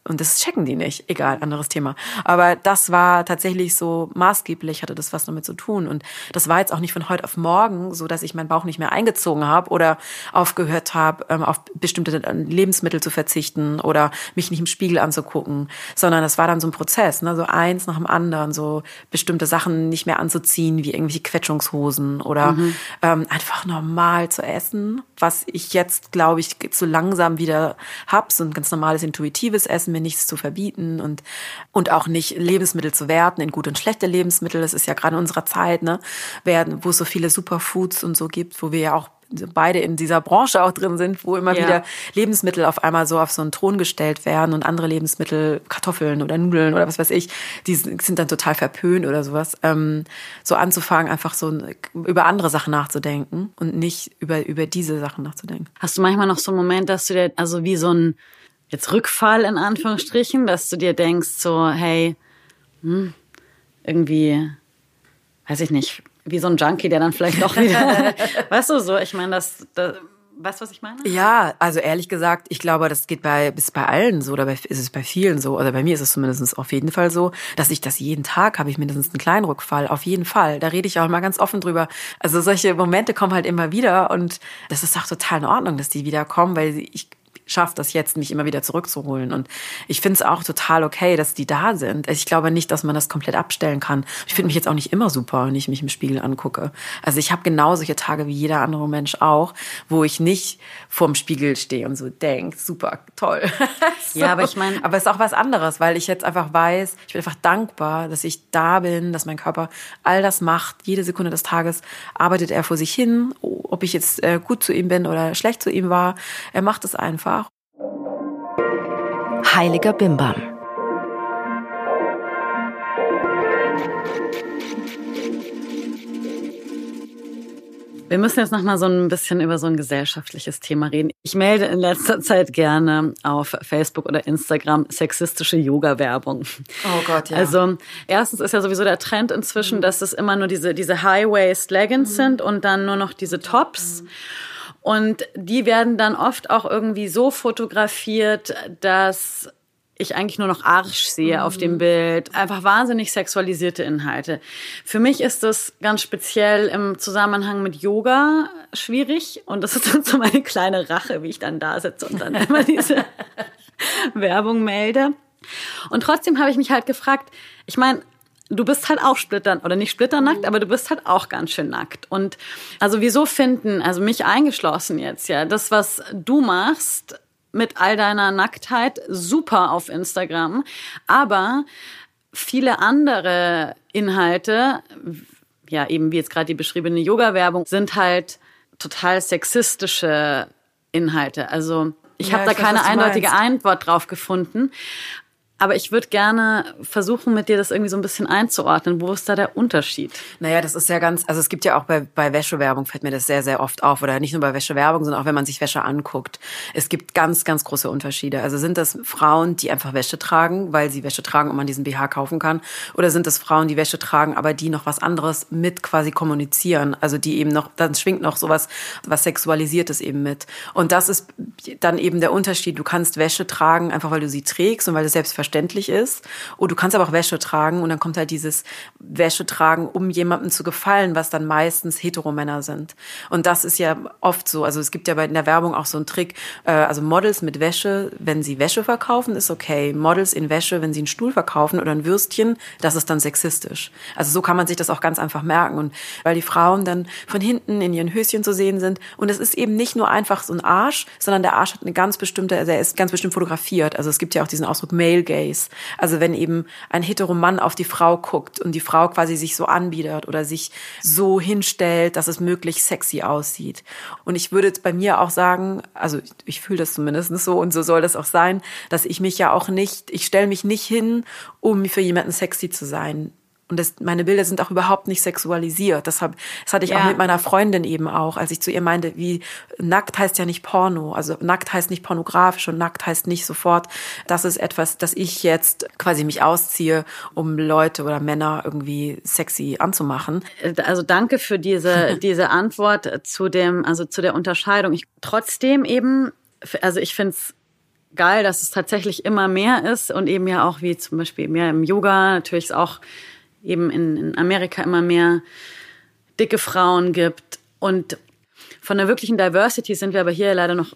Und das checken die nicht. Egal, anderes Thema. Aber das war tatsächlich so maßgeblich, hatte das was damit zu tun. Und das war jetzt auch nicht von heute auf morgen so, dass ich meinen Bauch nicht mehr eingezogen habe oder aufgehört habe, auf bestimmte Lebensmittel zu verzichten oder mich nicht im Spiegel anzugucken, sondern das war dann so ein Prozess, ne? So eins nach dem anderen, so bestimmte Sachen nicht mehr anzuziehen, wie irgendwelche Quetschungshosen oder mhm. ähm, einfach normal zu essen, was ich jetzt, glaube ich, so langsam wieder hab, so ein ganz normales, intuitives Essen, mir nichts zu verbieten und und auch nicht Lebensmittel zu werten in gute und schlechte Lebensmittel. Das ist ja gerade in unserer Zeit, ne, werden, wo es so viele Superfoods und so gibt, wo wir ja auch beide in dieser Branche auch drin sind, wo immer ja. wieder Lebensmittel auf einmal so auf so einen Thron gestellt werden und andere Lebensmittel, Kartoffeln oder Nudeln oder was weiß ich, die sind dann total verpönt oder sowas. Ähm, so anzufangen, einfach so über andere Sachen nachzudenken und nicht über über diese Sachen nachzudenken. Hast du manchmal noch so einen Moment, dass du dir, also wie so ein jetzt Rückfall in Anführungsstrichen, dass du dir denkst so, hey, hm, irgendwie, weiß ich nicht, wie so ein Junkie, der dann vielleicht doch wieder, weißt du, so, ich meine, das, das, weißt du, was ich meine? Ja, also ehrlich gesagt, ich glaube, das geht bei, ist bei allen so, oder bei, ist es bei vielen so, oder bei mir ist es zumindest auf jeden Fall so, dass ich das jeden Tag habe ich mindestens einen kleinen Rückfall, auf jeden Fall. Da rede ich auch mal ganz offen drüber. Also solche Momente kommen halt immer wieder und das ist auch total in Ordnung, dass die wiederkommen, weil ich schafft das jetzt, mich immer wieder zurückzuholen. Und ich finde es auch total okay, dass die da sind. Ich glaube nicht, dass man das komplett abstellen kann. Ich finde mich jetzt auch nicht immer super, wenn ich mich im Spiegel angucke. Also ich habe genau solche Tage wie jeder andere Mensch auch, wo ich nicht vorm Spiegel stehe und so denke, super, toll. so. Ja, aber ich meine... Aber es ist auch was anderes, weil ich jetzt einfach weiß, ich bin einfach dankbar, dass ich da bin, dass mein Körper all das macht. Jede Sekunde des Tages arbeitet er vor sich hin, ob ich jetzt gut zu ihm bin oder schlecht zu ihm war. Er macht es einfach. Heiliger Bimbam. Wir müssen jetzt noch mal so ein bisschen über so ein gesellschaftliches Thema reden. Ich melde in letzter Zeit gerne auf Facebook oder Instagram sexistische Yoga-Werbung. Oh Gott, ja. Also erstens ist ja sowieso der Trend inzwischen, mhm. dass es immer nur diese, diese High-Waist-Leggings mhm. sind und dann nur noch diese Tops. Mhm. Und die werden dann oft auch irgendwie so fotografiert, dass ich eigentlich nur noch Arsch sehe mhm. auf dem Bild. Einfach wahnsinnig sexualisierte Inhalte. Für mich ist das ganz speziell im Zusammenhang mit Yoga schwierig. Und das ist dann so meine kleine Rache, wie ich dann da sitze und dann immer diese Werbung melde. Und trotzdem habe ich mich halt gefragt, ich meine, du bist halt auch splittern oder nicht splitternackt, aber du bist halt auch ganz schön nackt. Und also wieso finden, also mich eingeschlossen jetzt, ja, das, was du machst mit all deiner Nacktheit, super auf Instagram, aber viele andere Inhalte, ja eben wie jetzt gerade die beschriebene Yoga-Werbung, sind halt total sexistische Inhalte. Also ich ja, habe da ich keine weiß, eindeutige Antwort drauf gefunden. Aber ich würde gerne versuchen, mit dir das irgendwie so ein bisschen einzuordnen. Wo ist da der Unterschied? Naja, das ist ja ganz, also es gibt ja auch bei, bei Wäschewerbung, fällt mir das sehr, sehr oft auf. Oder nicht nur bei Wäschewerbung, sondern auch wenn man sich Wäsche anguckt. Es gibt ganz, ganz große Unterschiede. Also sind das Frauen, die einfach Wäsche tragen, weil sie Wäsche tragen und man diesen B H kaufen kann? Oder sind das Frauen, die Wäsche tragen, aber die noch was anderes mit quasi kommunizieren? Also die eben noch, dann schwingt noch sowas, was Sexualisiertes eben mit. Und das ist dann eben der Unterschied. Du kannst Wäsche tragen, einfach weil du sie trägst und weil du selbstverständlich verständlich ist. Und du kannst aber auch Wäsche tragen und dann kommt halt dieses Wäsche tragen, um jemandem zu gefallen, was dann meistens Heteromänner sind. Und das ist ja oft so. Also es gibt ja bei in der Werbung auch so einen Trick, äh, also Models mit Wäsche, wenn sie Wäsche verkaufen, ist okay. Models in Wäsche, wenn sie einen Stuhl verkaufen oder ein Würstchen, das ist dann sexistisch. Also so kann man sich das auch ganz einfach merken. Und weil die Frauen dann von hinten in ihren Höschen zu sehen sind und es ist eben nicht nur einfach so ein Arsch, sondern der Arsch hat eine ganz bestimmte, also er ist ganz bestimmt fotografiert. Also es gibt ja auch diesen Ausdruck Male Gaze. Also wenn eben ein Heteromann auf die Frau guckt und die Frau quasi sich so anbietet oder sich so hinstellt, dass es möglichst sexy aussieht. Und ich würde jetzt bei mir auch sagen, also ich, ich fühle das zumindest so und so soll das auch sein, dass ich mich ja auch nicht, ich stelle mich nicht hin, um für jemanden sexy zu sein. Und das, meine Bilder sind auch überhaupt nicht sexualisiert. Das, hab, das hatte ich ja auch mit meiner Freundin eben auch, als ich zu ihr meinte, wie nackt heißt ja nicht Porno. Also nackt heißt nicht pornografisch und nackt heißt nicht sofort, das ist etwas, dass ich jetzt quasi mich ausziehe, um Leute oder Männer irgendwie sexy anzumachen. Also danke für diese, diese Antwort zu dem, also zu der Unterscheidung. Ich, trotzdem eben, also ich finde es geil, dass es tatsächlich immer mehr ist und eben ja auch wie zum Beispiel mehr im Yoga, natürlich ist auch eben in, in Amerika immer mehr dicke Frauen gibt. Und von der wirklichen Diversity sind wir aber hier leider noch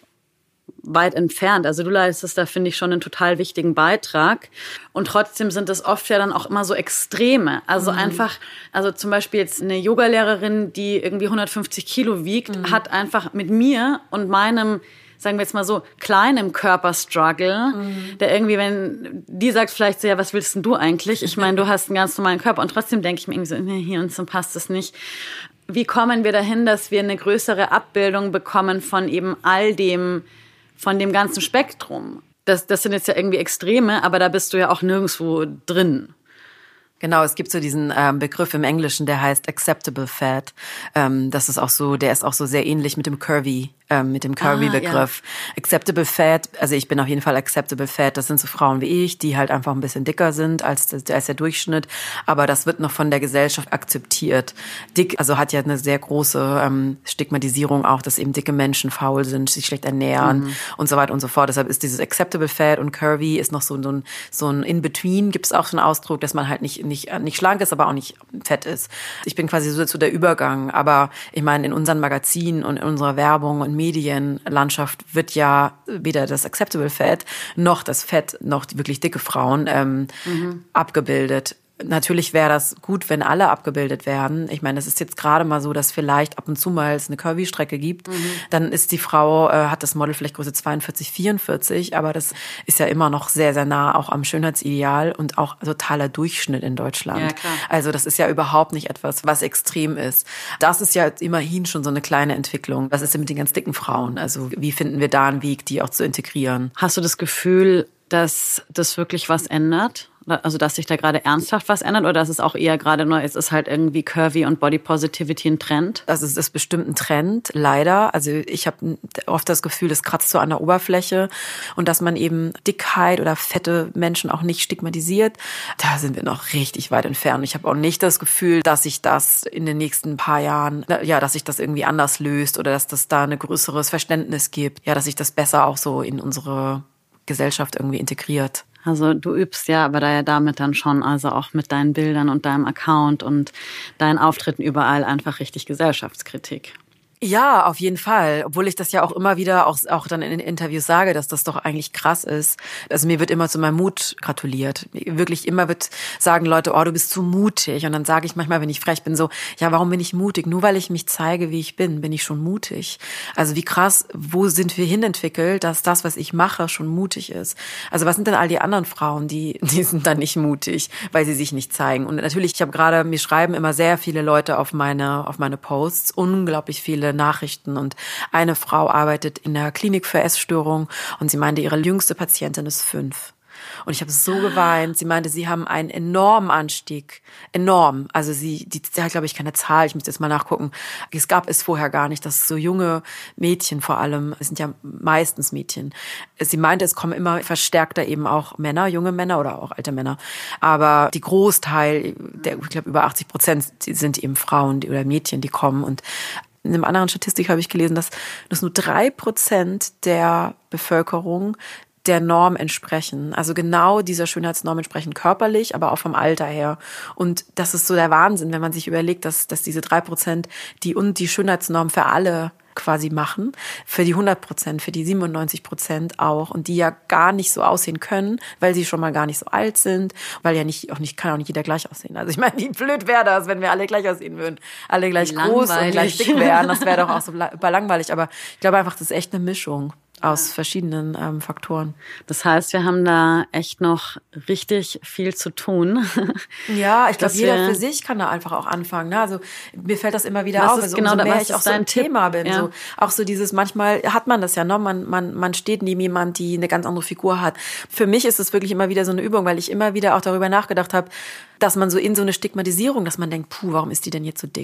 weit entfernt. Also du leistest da, finde ich, schon einen total wichtigen Beitrag. Und trotzdem sind es oft ja dann auch immer so Extreme. Also mhm. einfach, also zum Beispiel jetzt eine Yogalehrerin, die irgendwie hundertfünfzig Kilo wiegt, mhm. hat einfach mit mir und meinem, sagen wir jetzt mal so, kleinem Körperstruggle, mhm. der irgendwie, wenn die sagt vielleicht so, ja, was willst denn du eigentlich? Ich meine, du hast einen ganz normalen Körper und trotzdem denke ich mir irgendwie so, nee, hier und so passt es nicht. Wie kommen wir dahin, dass wir eine größere Abbildung bekommen von eben all dem, von dem ganzen Spektrum? Das, das sind jetzt ja irgendwie Extreme, aber da bist du ja auch nirgendwo drin. Genau, es gibt so diesen ähm, Begriff im Englischen, der heißt acceptable fat. Ähm, das ist auch so, der ist auch so sehr ähnlich mit dem Curvy, ähm, mit dem Curvy-Begriff. Ah, ja. Acceptable fat, also ich bin auf jeden Fall acceptable fat. Das sind so Frauen wie ich, die halt einfach ein bisschen dicker sind als, als der Durchschnitt. Aber das wird noch von der Gesellschaft akzeptiert. Dick, also hat ja eine sehr große ähm, Stigmatisierung auch, dass eben dicke Menschen faul sind, sich schlecht ernähren mhm. und so weiter und so fort. Deshalb ist dieses acceptable fat und Curvy ist noch so, so ein, so ein In-Between, gibt es auch so einen Ausdruck, dass man halt nicht nicht nicht schlank ist, aber auch nicht fett ist. Ich bin quasi so zu der Übergang. Aber ich meine, in unseren Magazinen und in unserer Werbung und Medienlandschaft wird ja weder das Acceptable Fat noch das Fett noch die wirklich dicke Frauen ähm, mhm. abgebildet. Natürlich wäre das gut, wenn alle abgebildet werden. Ich meine, es ist jetzt gerade mal so, dass vielleicht ab und zu mal es eine Curvy-Strecke gibt. Mhm. Dann ist die Frau, äh, hat das Model vielleicht Größe zweiundvierzig, vierundvierzig, aber das ist ja immer noch sehr, sehr nah auch am Schönheitsideal und auch totaler Durchschnitt in Deutschland. Ja, klar. Also das ist ja überhaupt nicht etwas, was extrem ist. Das ist ja immerhin schon so eine kleine Entwicklung. Was ist denn mit den ganz dicken Frauen? Also wie finden wir da einen Weg, die auch zu integrieren? Hast du das Gefühl, dass das wirklich was ändert? Also, dass sich da gerade ernsthaft was ändert oder dass es auch eher gerade nur, es ist halt irgendwie Curvy und Body Positivity ein Trend? Also es ist bestimmt ein Trend, leider. Also ich habe oft das Gefühl, das kratzt so an der Oberfläche und dass man eben Dickheit oder fette Menschen auch nicht stigmatisiert. Da sind wir noch richtig weit entfernt. Ich habe auch nicht das Gefühl, dass sich das in den nächsten paar Jahren, ja, dass sich das irgendwie anders löst oder dass das da ein größeres Verständnis gibt. Ja, dass sich das besser auch so in unsere Gesellschaft irgendwie integriert. Also du übst ja aber da ja damit dann schon, also auch mit deinen Bildern und deinem Account und deinen Auftritten überall einfach richtig Gesellschaftskritik. Ja, auf jeden Fall. Obwohl ich das ja auch immer wieder auch, auch dann in den Interviews sage, dass das doch eigentlich krass ist. Also mir wird immer zu meinem Mut gratuliert. Wirklich immer wird sagen Leute, oh, du bist zu mutig. Und dann sage ich manchmal, wenn ich frech bin, so, ja, warum bin ich mutig? Nur weil ich mich zeige, wie ich bin, bin ich schon mutig. Also wie krass, wo sind wir hinentwickelt, dass das, was ich mache, schon mutig ist. Also was sind denn all die anderen Frauen, die, die sind dann nicht mutig, weil sie sich nicht zeigen? Und natürlich, ich habe gerade, mir schreiben immer sehr viele Leute auf meine, auf meine Posts, unglaublich viele Nachrichten und eine Frau arbeitet in der Klinik für Essstörung und sie meinte, ihre jüngste Patientin ist fünf. Und ich habe so geweint. Sie meinte, sie haben einen enormen Anstieg. Enorm. Also sie, die, die hat, glaube ich, keine Zahl. Ich muss jetzt mal nachgucken. Es gab es vorher gar nicht, dass so junge Mädchen vor allem, es sind ja meistens Mädchen. Sie meinte, es kommen immer verstärkter eben auch Männer, junge Männer oder auch alte Männer. Aber die Großteil, der, ich glaube über achtzig Prozent sind eben Frauen oder Mädchen, die kommen. Und in einer anderen Statistik habe ich gelesen, dass, dass nur drei Prozent der Bevölkerung der Norm entsprechen. Also genau dieser Schönheitsnorm entsprechen körperlich, aber auch vom Alter her. Und das ist so der Wahnsinn, wenn man sich überlegt, dass, dass diese drei Prozent die und die Schönheitsnorm für alle quasi machen, für die hundert Prozent, für die siebenundneunzig Prozent auch und die ja gar nicht so aussehen können, weil sie schon mal gar nicht so alt sind, weil ja nicht auch nicht kann auch nicht jeder gleich aussehen. Also ich meine, wie blöd wäre das, wenn wir alle gleich aussehen würden, alle gleich groß und gleich dick wären, das wäre doch auch so langweilig, aber ich glaube einfach, das ist echt eine Mischung aus ja. verschiedenen ähm, Faktoren. Das heißt, wir haben da echt noch richtig viel zu tun. Ja, ich glaube, jeder für sich kann da einfach auch anfangen. Ne? Also mir fällt das immer wieder was auf, ist also, genau umso da, mehr ich auch so ein Tipp? Thema bin. Ja. So, auch so dieses, manchmal hat man das ja, ne? man, man, man steht neben jemand, die eine ganz andere Figur hat. Für mich ist es wirklich immer wieder so eine Übung, weil ich immer wieder auch darüber nachgedacht habe, dass man so in so eine Stigmatisierung, dass man denkt, puh, warum ist die denn jetzt so dick?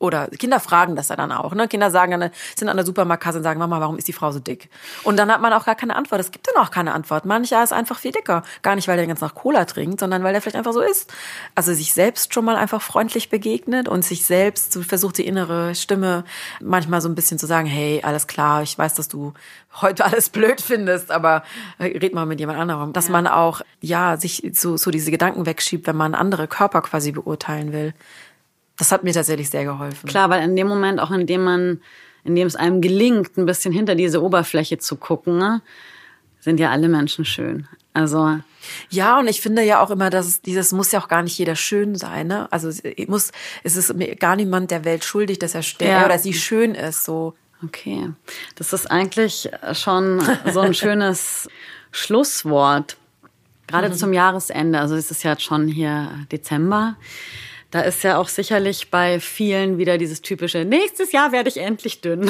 Oder Kinder fragen das ja dann auch. Ne? Kinder sagen dann, sind an der Supermarktkasse und sagen, Mama, warum ist die Frau so dick? Und dann hat man auch gar keine Antwort. Es gibt dann auch keine Antwort. Mancher ist einfach viel dicker. Gar nicht, weil der ganz nach Cola trinkt, sondern weil der vielleicht einfach so ist. Also sich selbst schon mal einfach freundlich begegnet und sich selbst so versucht, die innere Stimme manchmal so ein bisschen zu sagen, hey, alles klar, ich weiß, dass du heute alles blöd findest, aber red mal mit jemand anderem. Dass ja. man auch, ja, sich so, so diese Gedanken wegschiebt, wenn man andere Körper quasi beurteilen will. Das hat mir tatsächlich sehr geholfen. Klar, weil in dem Moment, auch in dem man, in dem es einem gelingt, ein bisschen hinter diese Oberfläche zu gucken, ne, sind ja alle Menschen schön. Also ja, und ich finde ja auch immer, dass es, dieses muss ja auch gar nicht jeder schön sein, ne? Also muss, es ist gar niemand der Welt schuldig, dass er der ja. oder sie schön ist, so. Okay, das ist eigentlich schon so ein schönes Schlusswort, gerade mhm. zum Jahresende. Also es ist ja jetzt schon hier Dezember. Da ist ja auch sicherlich bei vielen wieder dieses typische, nächstes Jahr werde ich endlich dünn.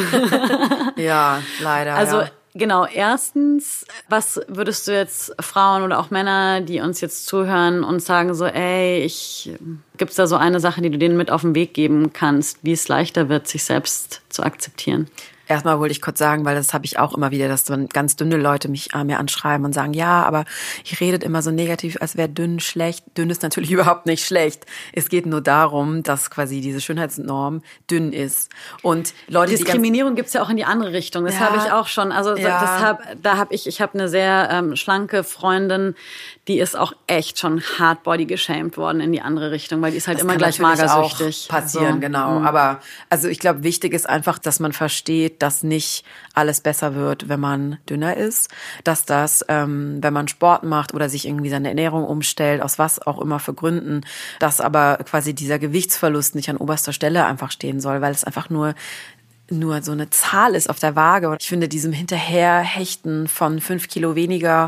Ja, leider. Also ja. Genau, erstens, was würdest du jetzt Frauen oder auch Männer, die uns jetzt zuhören und sagen so, ey, ich, gibt's da so eine Sache, die du denen mit auf den Weg geben kannst, wie es leichter wird, sich selbst zu akzeptieren? Erstmal wollte ich kurz sagen, weil das habe ich auch immer wieder, dass dann ganz dünne Leute mich äh, mir anschreiben und sagen, ja, aber ihr redet immer so negativ, als wäre dünn schlecht. Dünn ist natürlich überhaupt nicht schlecht. Es geht nur darum, dass quasi diese Schönheitsnorm dünn ist. Und Leute, Diskriminierung gibt's ja auch in die andere Richtung. Das ja, habe ich auch schon. Also ja. das hab, da habe ich, ich habe eine sehr ähm, schlanke Freundin, die ist auch echt schon hardbody geshamed worden in die andere Richtung, weil die ist halt das immer gleich magersüchtig. Auch passieren, so. Genau. Mhm. Aber also ich glaube, wichtig ist einfach, dass man versteht, dass nicht alles besser wird, wenn man dünner ist, dass das, ähm, wenn man Sport macht oder sich irgendwie seine Ernährung umstellt, aus was auch immer für Gründen, dass aber quasi dieser Gewichtsverlust nicht an oberster Stelle einfach stehen soll, weil es einfach nur nur so eine Zahl ist auf der Waage. Ich finde, diesem Hinterherhechten von fünf Kilo weniger,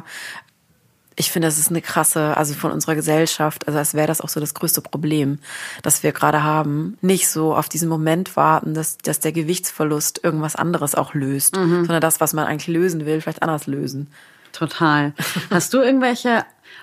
ich finde, das ist eine krasse, also von unserer Gesellschaft, also als wäre das auch so das größte Problem, das wir gerade haben. Nicht so auf diesen Moment warten, dass, dass der Gewichtsverlust irgendwas anderes auch löst, mhm. sondern das, was man eigentlich lösen will, vielleicht anders lösen. Total. Hast du irgendwelche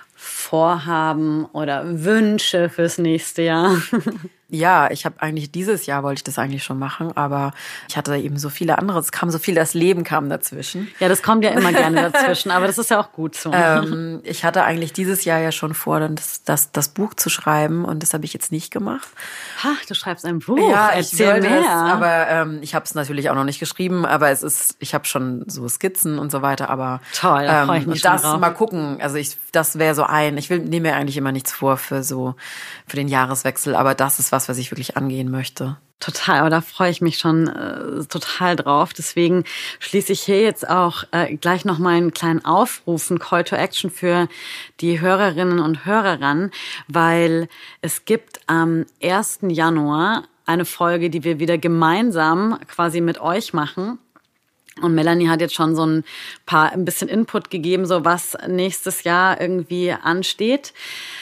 Vorhaben oder Wünsche fürs nächste Jahr? Ja, ich habe eigentlich dieses Jahr wollte ich das eigentlich schon machen, aber ich hatte eben so viele andere, es kam so viel, das Leben kam dazwischen. Ja, das kommt ja immer gerne dazwischen, aber das ist ja auch gut so. Ähm, ich hatte eigentlich dieses Jahr ja schon vor, dann das, das, das Buch zu schreiben und das habe ich jetzt nicht gemacht. Ha, du schreibst ein Buch. Ja, erzähl ich mehr. Es, aber ähm, ich habe es natürlich auch noch nicht geschrieben, aber es ist, ich habe schon so Skizzen und so weiter, aber toll, da freue ich mich ähm, das schon drauf. Mal gucken. Also ich, das wäre so ein. Ich will nehme mir eigentlich immer nichts vor für so für den Jahreswechsel, aber das ist was, was ich wirklich angehen möchte. Total, aber da freue ich mich schon äh, total drauf. Deswegen schließe ich hier jetzt auch äh, gleich noch mal einen kleinen Aufruf, einen Call to Action für die Hörerinnen und Hörer ran, weil es gibt am ersten Januar eine Folge, die wir wieder gemeinsam quasi mit euch machen. Und Melanie hat jetzt schon so ein paar, ein bisschen Input gegeben, so was nächstes Jahr irgendwie ansteht.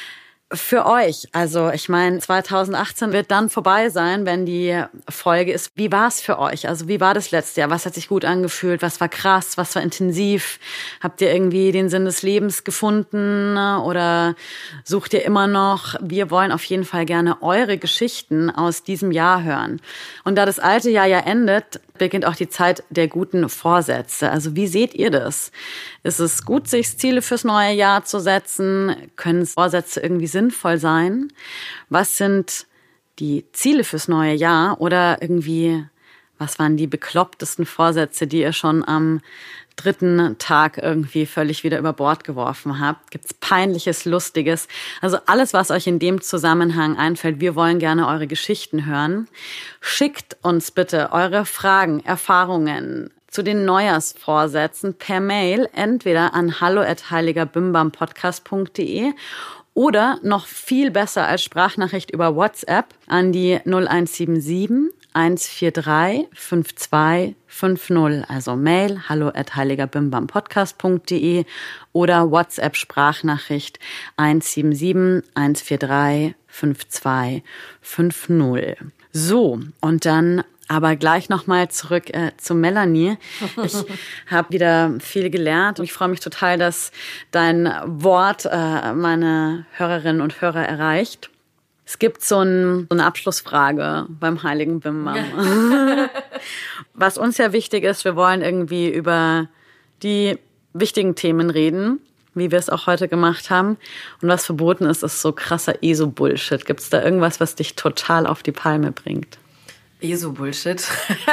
Für euch, also ich meine, zwanzig achtzehn wird dann vorbei sein, wenn die Folge ist. Wie war es für euch? Also wie war das letzte Jahr? Was hat sich gut angefühlt? Was war krass? Was war intensiv? Habt ihr irgendwie den Sinn des Lebens gefunden oder sucht ihr immer noch? Wir wollen auf jeden Fall gerne eure Geschichten aus diesem Jahr hören. Und da das alte Jahr ja endet, beginnt auch die Zeit der guten Vorsätze. Also wie seht ihr das? Ist es gut, sich Ziele fürs neue Jahr zu setzen? Können Vorsätze irgendwie sinnvoll sein? Was sind die Ziele fürs neue Jahr? Oder irgendwie, was waren die beklopptesten Vorsätze, die ihr schon am dritten Tag irgendwie völlig wieder über Bord geworfen habt? Gibt's Peinliches, Lustiges? Also alles, was euch in dem Zusammenhang einfällt. Wir wollen gerne eure Geschichten hören. Schickt uns bitte eure Fragen, Erfahrungen zu den Neujahrsvorsätzen per Mail, entweder an hallo at heiligerbimbampodcast punkt de oder noch viel besser als Sprachnachricht über WhatsApp an die null eins sieben sieben eins vier drei fünf zwei fünf null, also Mail hallo at heiligerbimbampodcast punkt de oder WhatsApp Sprachnachricht eins sieben sieben eins vier drei fünf zwei fünf null. So, und dann aber gleich nochmal zurück äh, zu Melanie. Ich habe wieder viel gelernt und ich freue mich total, dass dein Wort äh, meine Hörerinnen und Hörer erreicht. Es gibt so, ein, so eine Abschlussfrage beim Heiligen Bimbam. Was uns ja wichtig ist, wir wollen irgendwie über die wichtigen Themen reden, wie wir es auch heute gemacht haben. Und was verboten ist, ist so krasser E S O-Bullshit. Gibt es da irgendwas, was dich total auf die Palme bringt? E S O-Bullshit?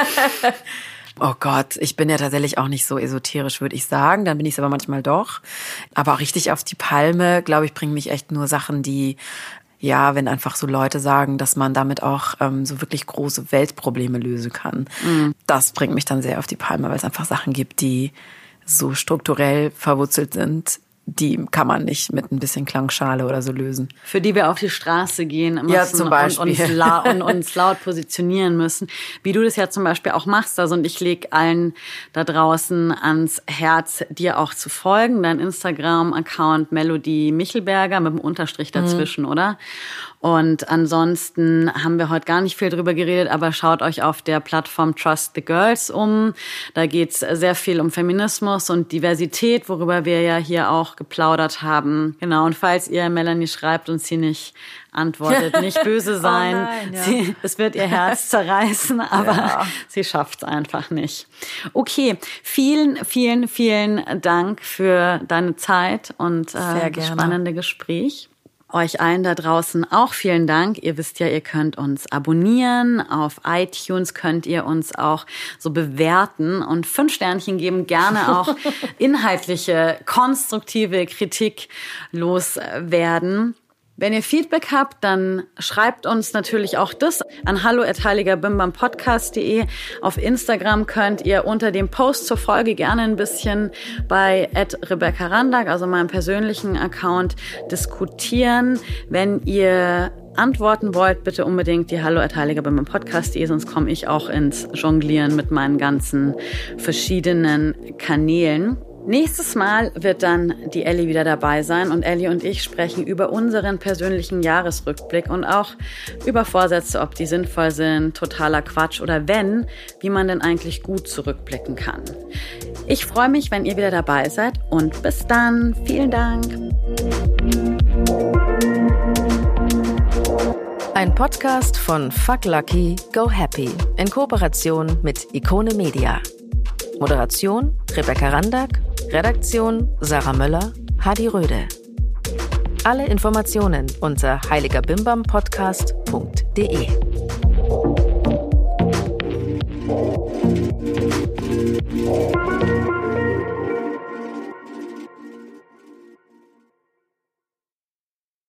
Oh Gott, ich bin ja tatsächlich auch nicht so esoterisch, würde ich sagen. Dann bin ich es aber manchmal doch. Aber auch richtig auf die Palme, glaube ich, bringen mich echt nur Sachen, die, ja, wenn einfach so Leute sagen, dass man damit auch ähm, so wirklich große Weltprobleme lösen kann. Mhm. Das bringt mich dann sehr auf die Palme, weil es einfach Sachen gibt, die so strukturell verwurzelt sind, die kann man nicht mit ein bisschen Klangschale oder so lösen. Für die wir auf die Straße gehen müssen ja, zum Beispiel. Und, uns la- und uns laut positionieren müssen. Wie du das ja zum Beispiel auch machst. Also, und ich lege allen da draußen ans Herz, dir auch zu folgen. Dein Instagram-Account Melodie Michelberger mit dem Unterstrich dazwischen, mhm. oder? Und ansonsten haben wir heute gar nicht viel drüber geredet, aber schaut euch auf der Plattform Trust the Girls um. Da geht's sehr viel um Feminismus und Diversität, worüber wir ja hier auch geplaudert haben. Genau, und falls ihr Melanie schreibt und sie nicht antwortet, nicht böse sein. Oh nein, ja. sie, es wird ihr Herz zerreißen, aber ja. sie schafft's einfach nicht. Okay, vielen, vielen, vielen Dank für deine Zeit und äh, das spannende Gespräch. Euch allen da draußen auch vielen Dank. Ihr wisst ja, ihr könnt uns abonnieren. Auf iTunes könnt ihr uns auch so bewerten und fünf Sternchen geben. Gerne auch inhaltliche, konstruktive Kritik loswerden. Wenn ihr Feedback habt, dann schreibt uns natürlich auch das an hallo at heiligerbimbampodcast punkt de. Auf Instagram könnt ihr unter dem Post zur Folge gerne ein bisschen bei at Rebecca Randack, also meinem persönlichen Account, diskutieren. Wenn ihr antworten wollt, bitte unbedingt die hallo at heiligerbimbampodcast punkt de, sonst komme ich auch ins Jonglieren mit meinen ganzen verschiedenen Kanälen. Nächstes Mal wird dann die Elli wieder dabei sein und Elli und ich sprechen über unseren persönlichen Jahresrückblick und auch über Vorsätze, ob die sinnvoll sind, totaler Quatsch oder wenn, wie man denn eigentlich gut zurückblicken kann. Ich freue mich, wenn ihr wieder dabei seid und bis dann. Vielen Dank. Ein Podcast von Fuck Lucky, Go Happy in Kooperation mit Ikone Media. Moderation Rebecca Randack, Redaktion Sarah Möller, Hadi Röde. Alle Informationen unter heiligerbimbampodcast punkt de. Thank you.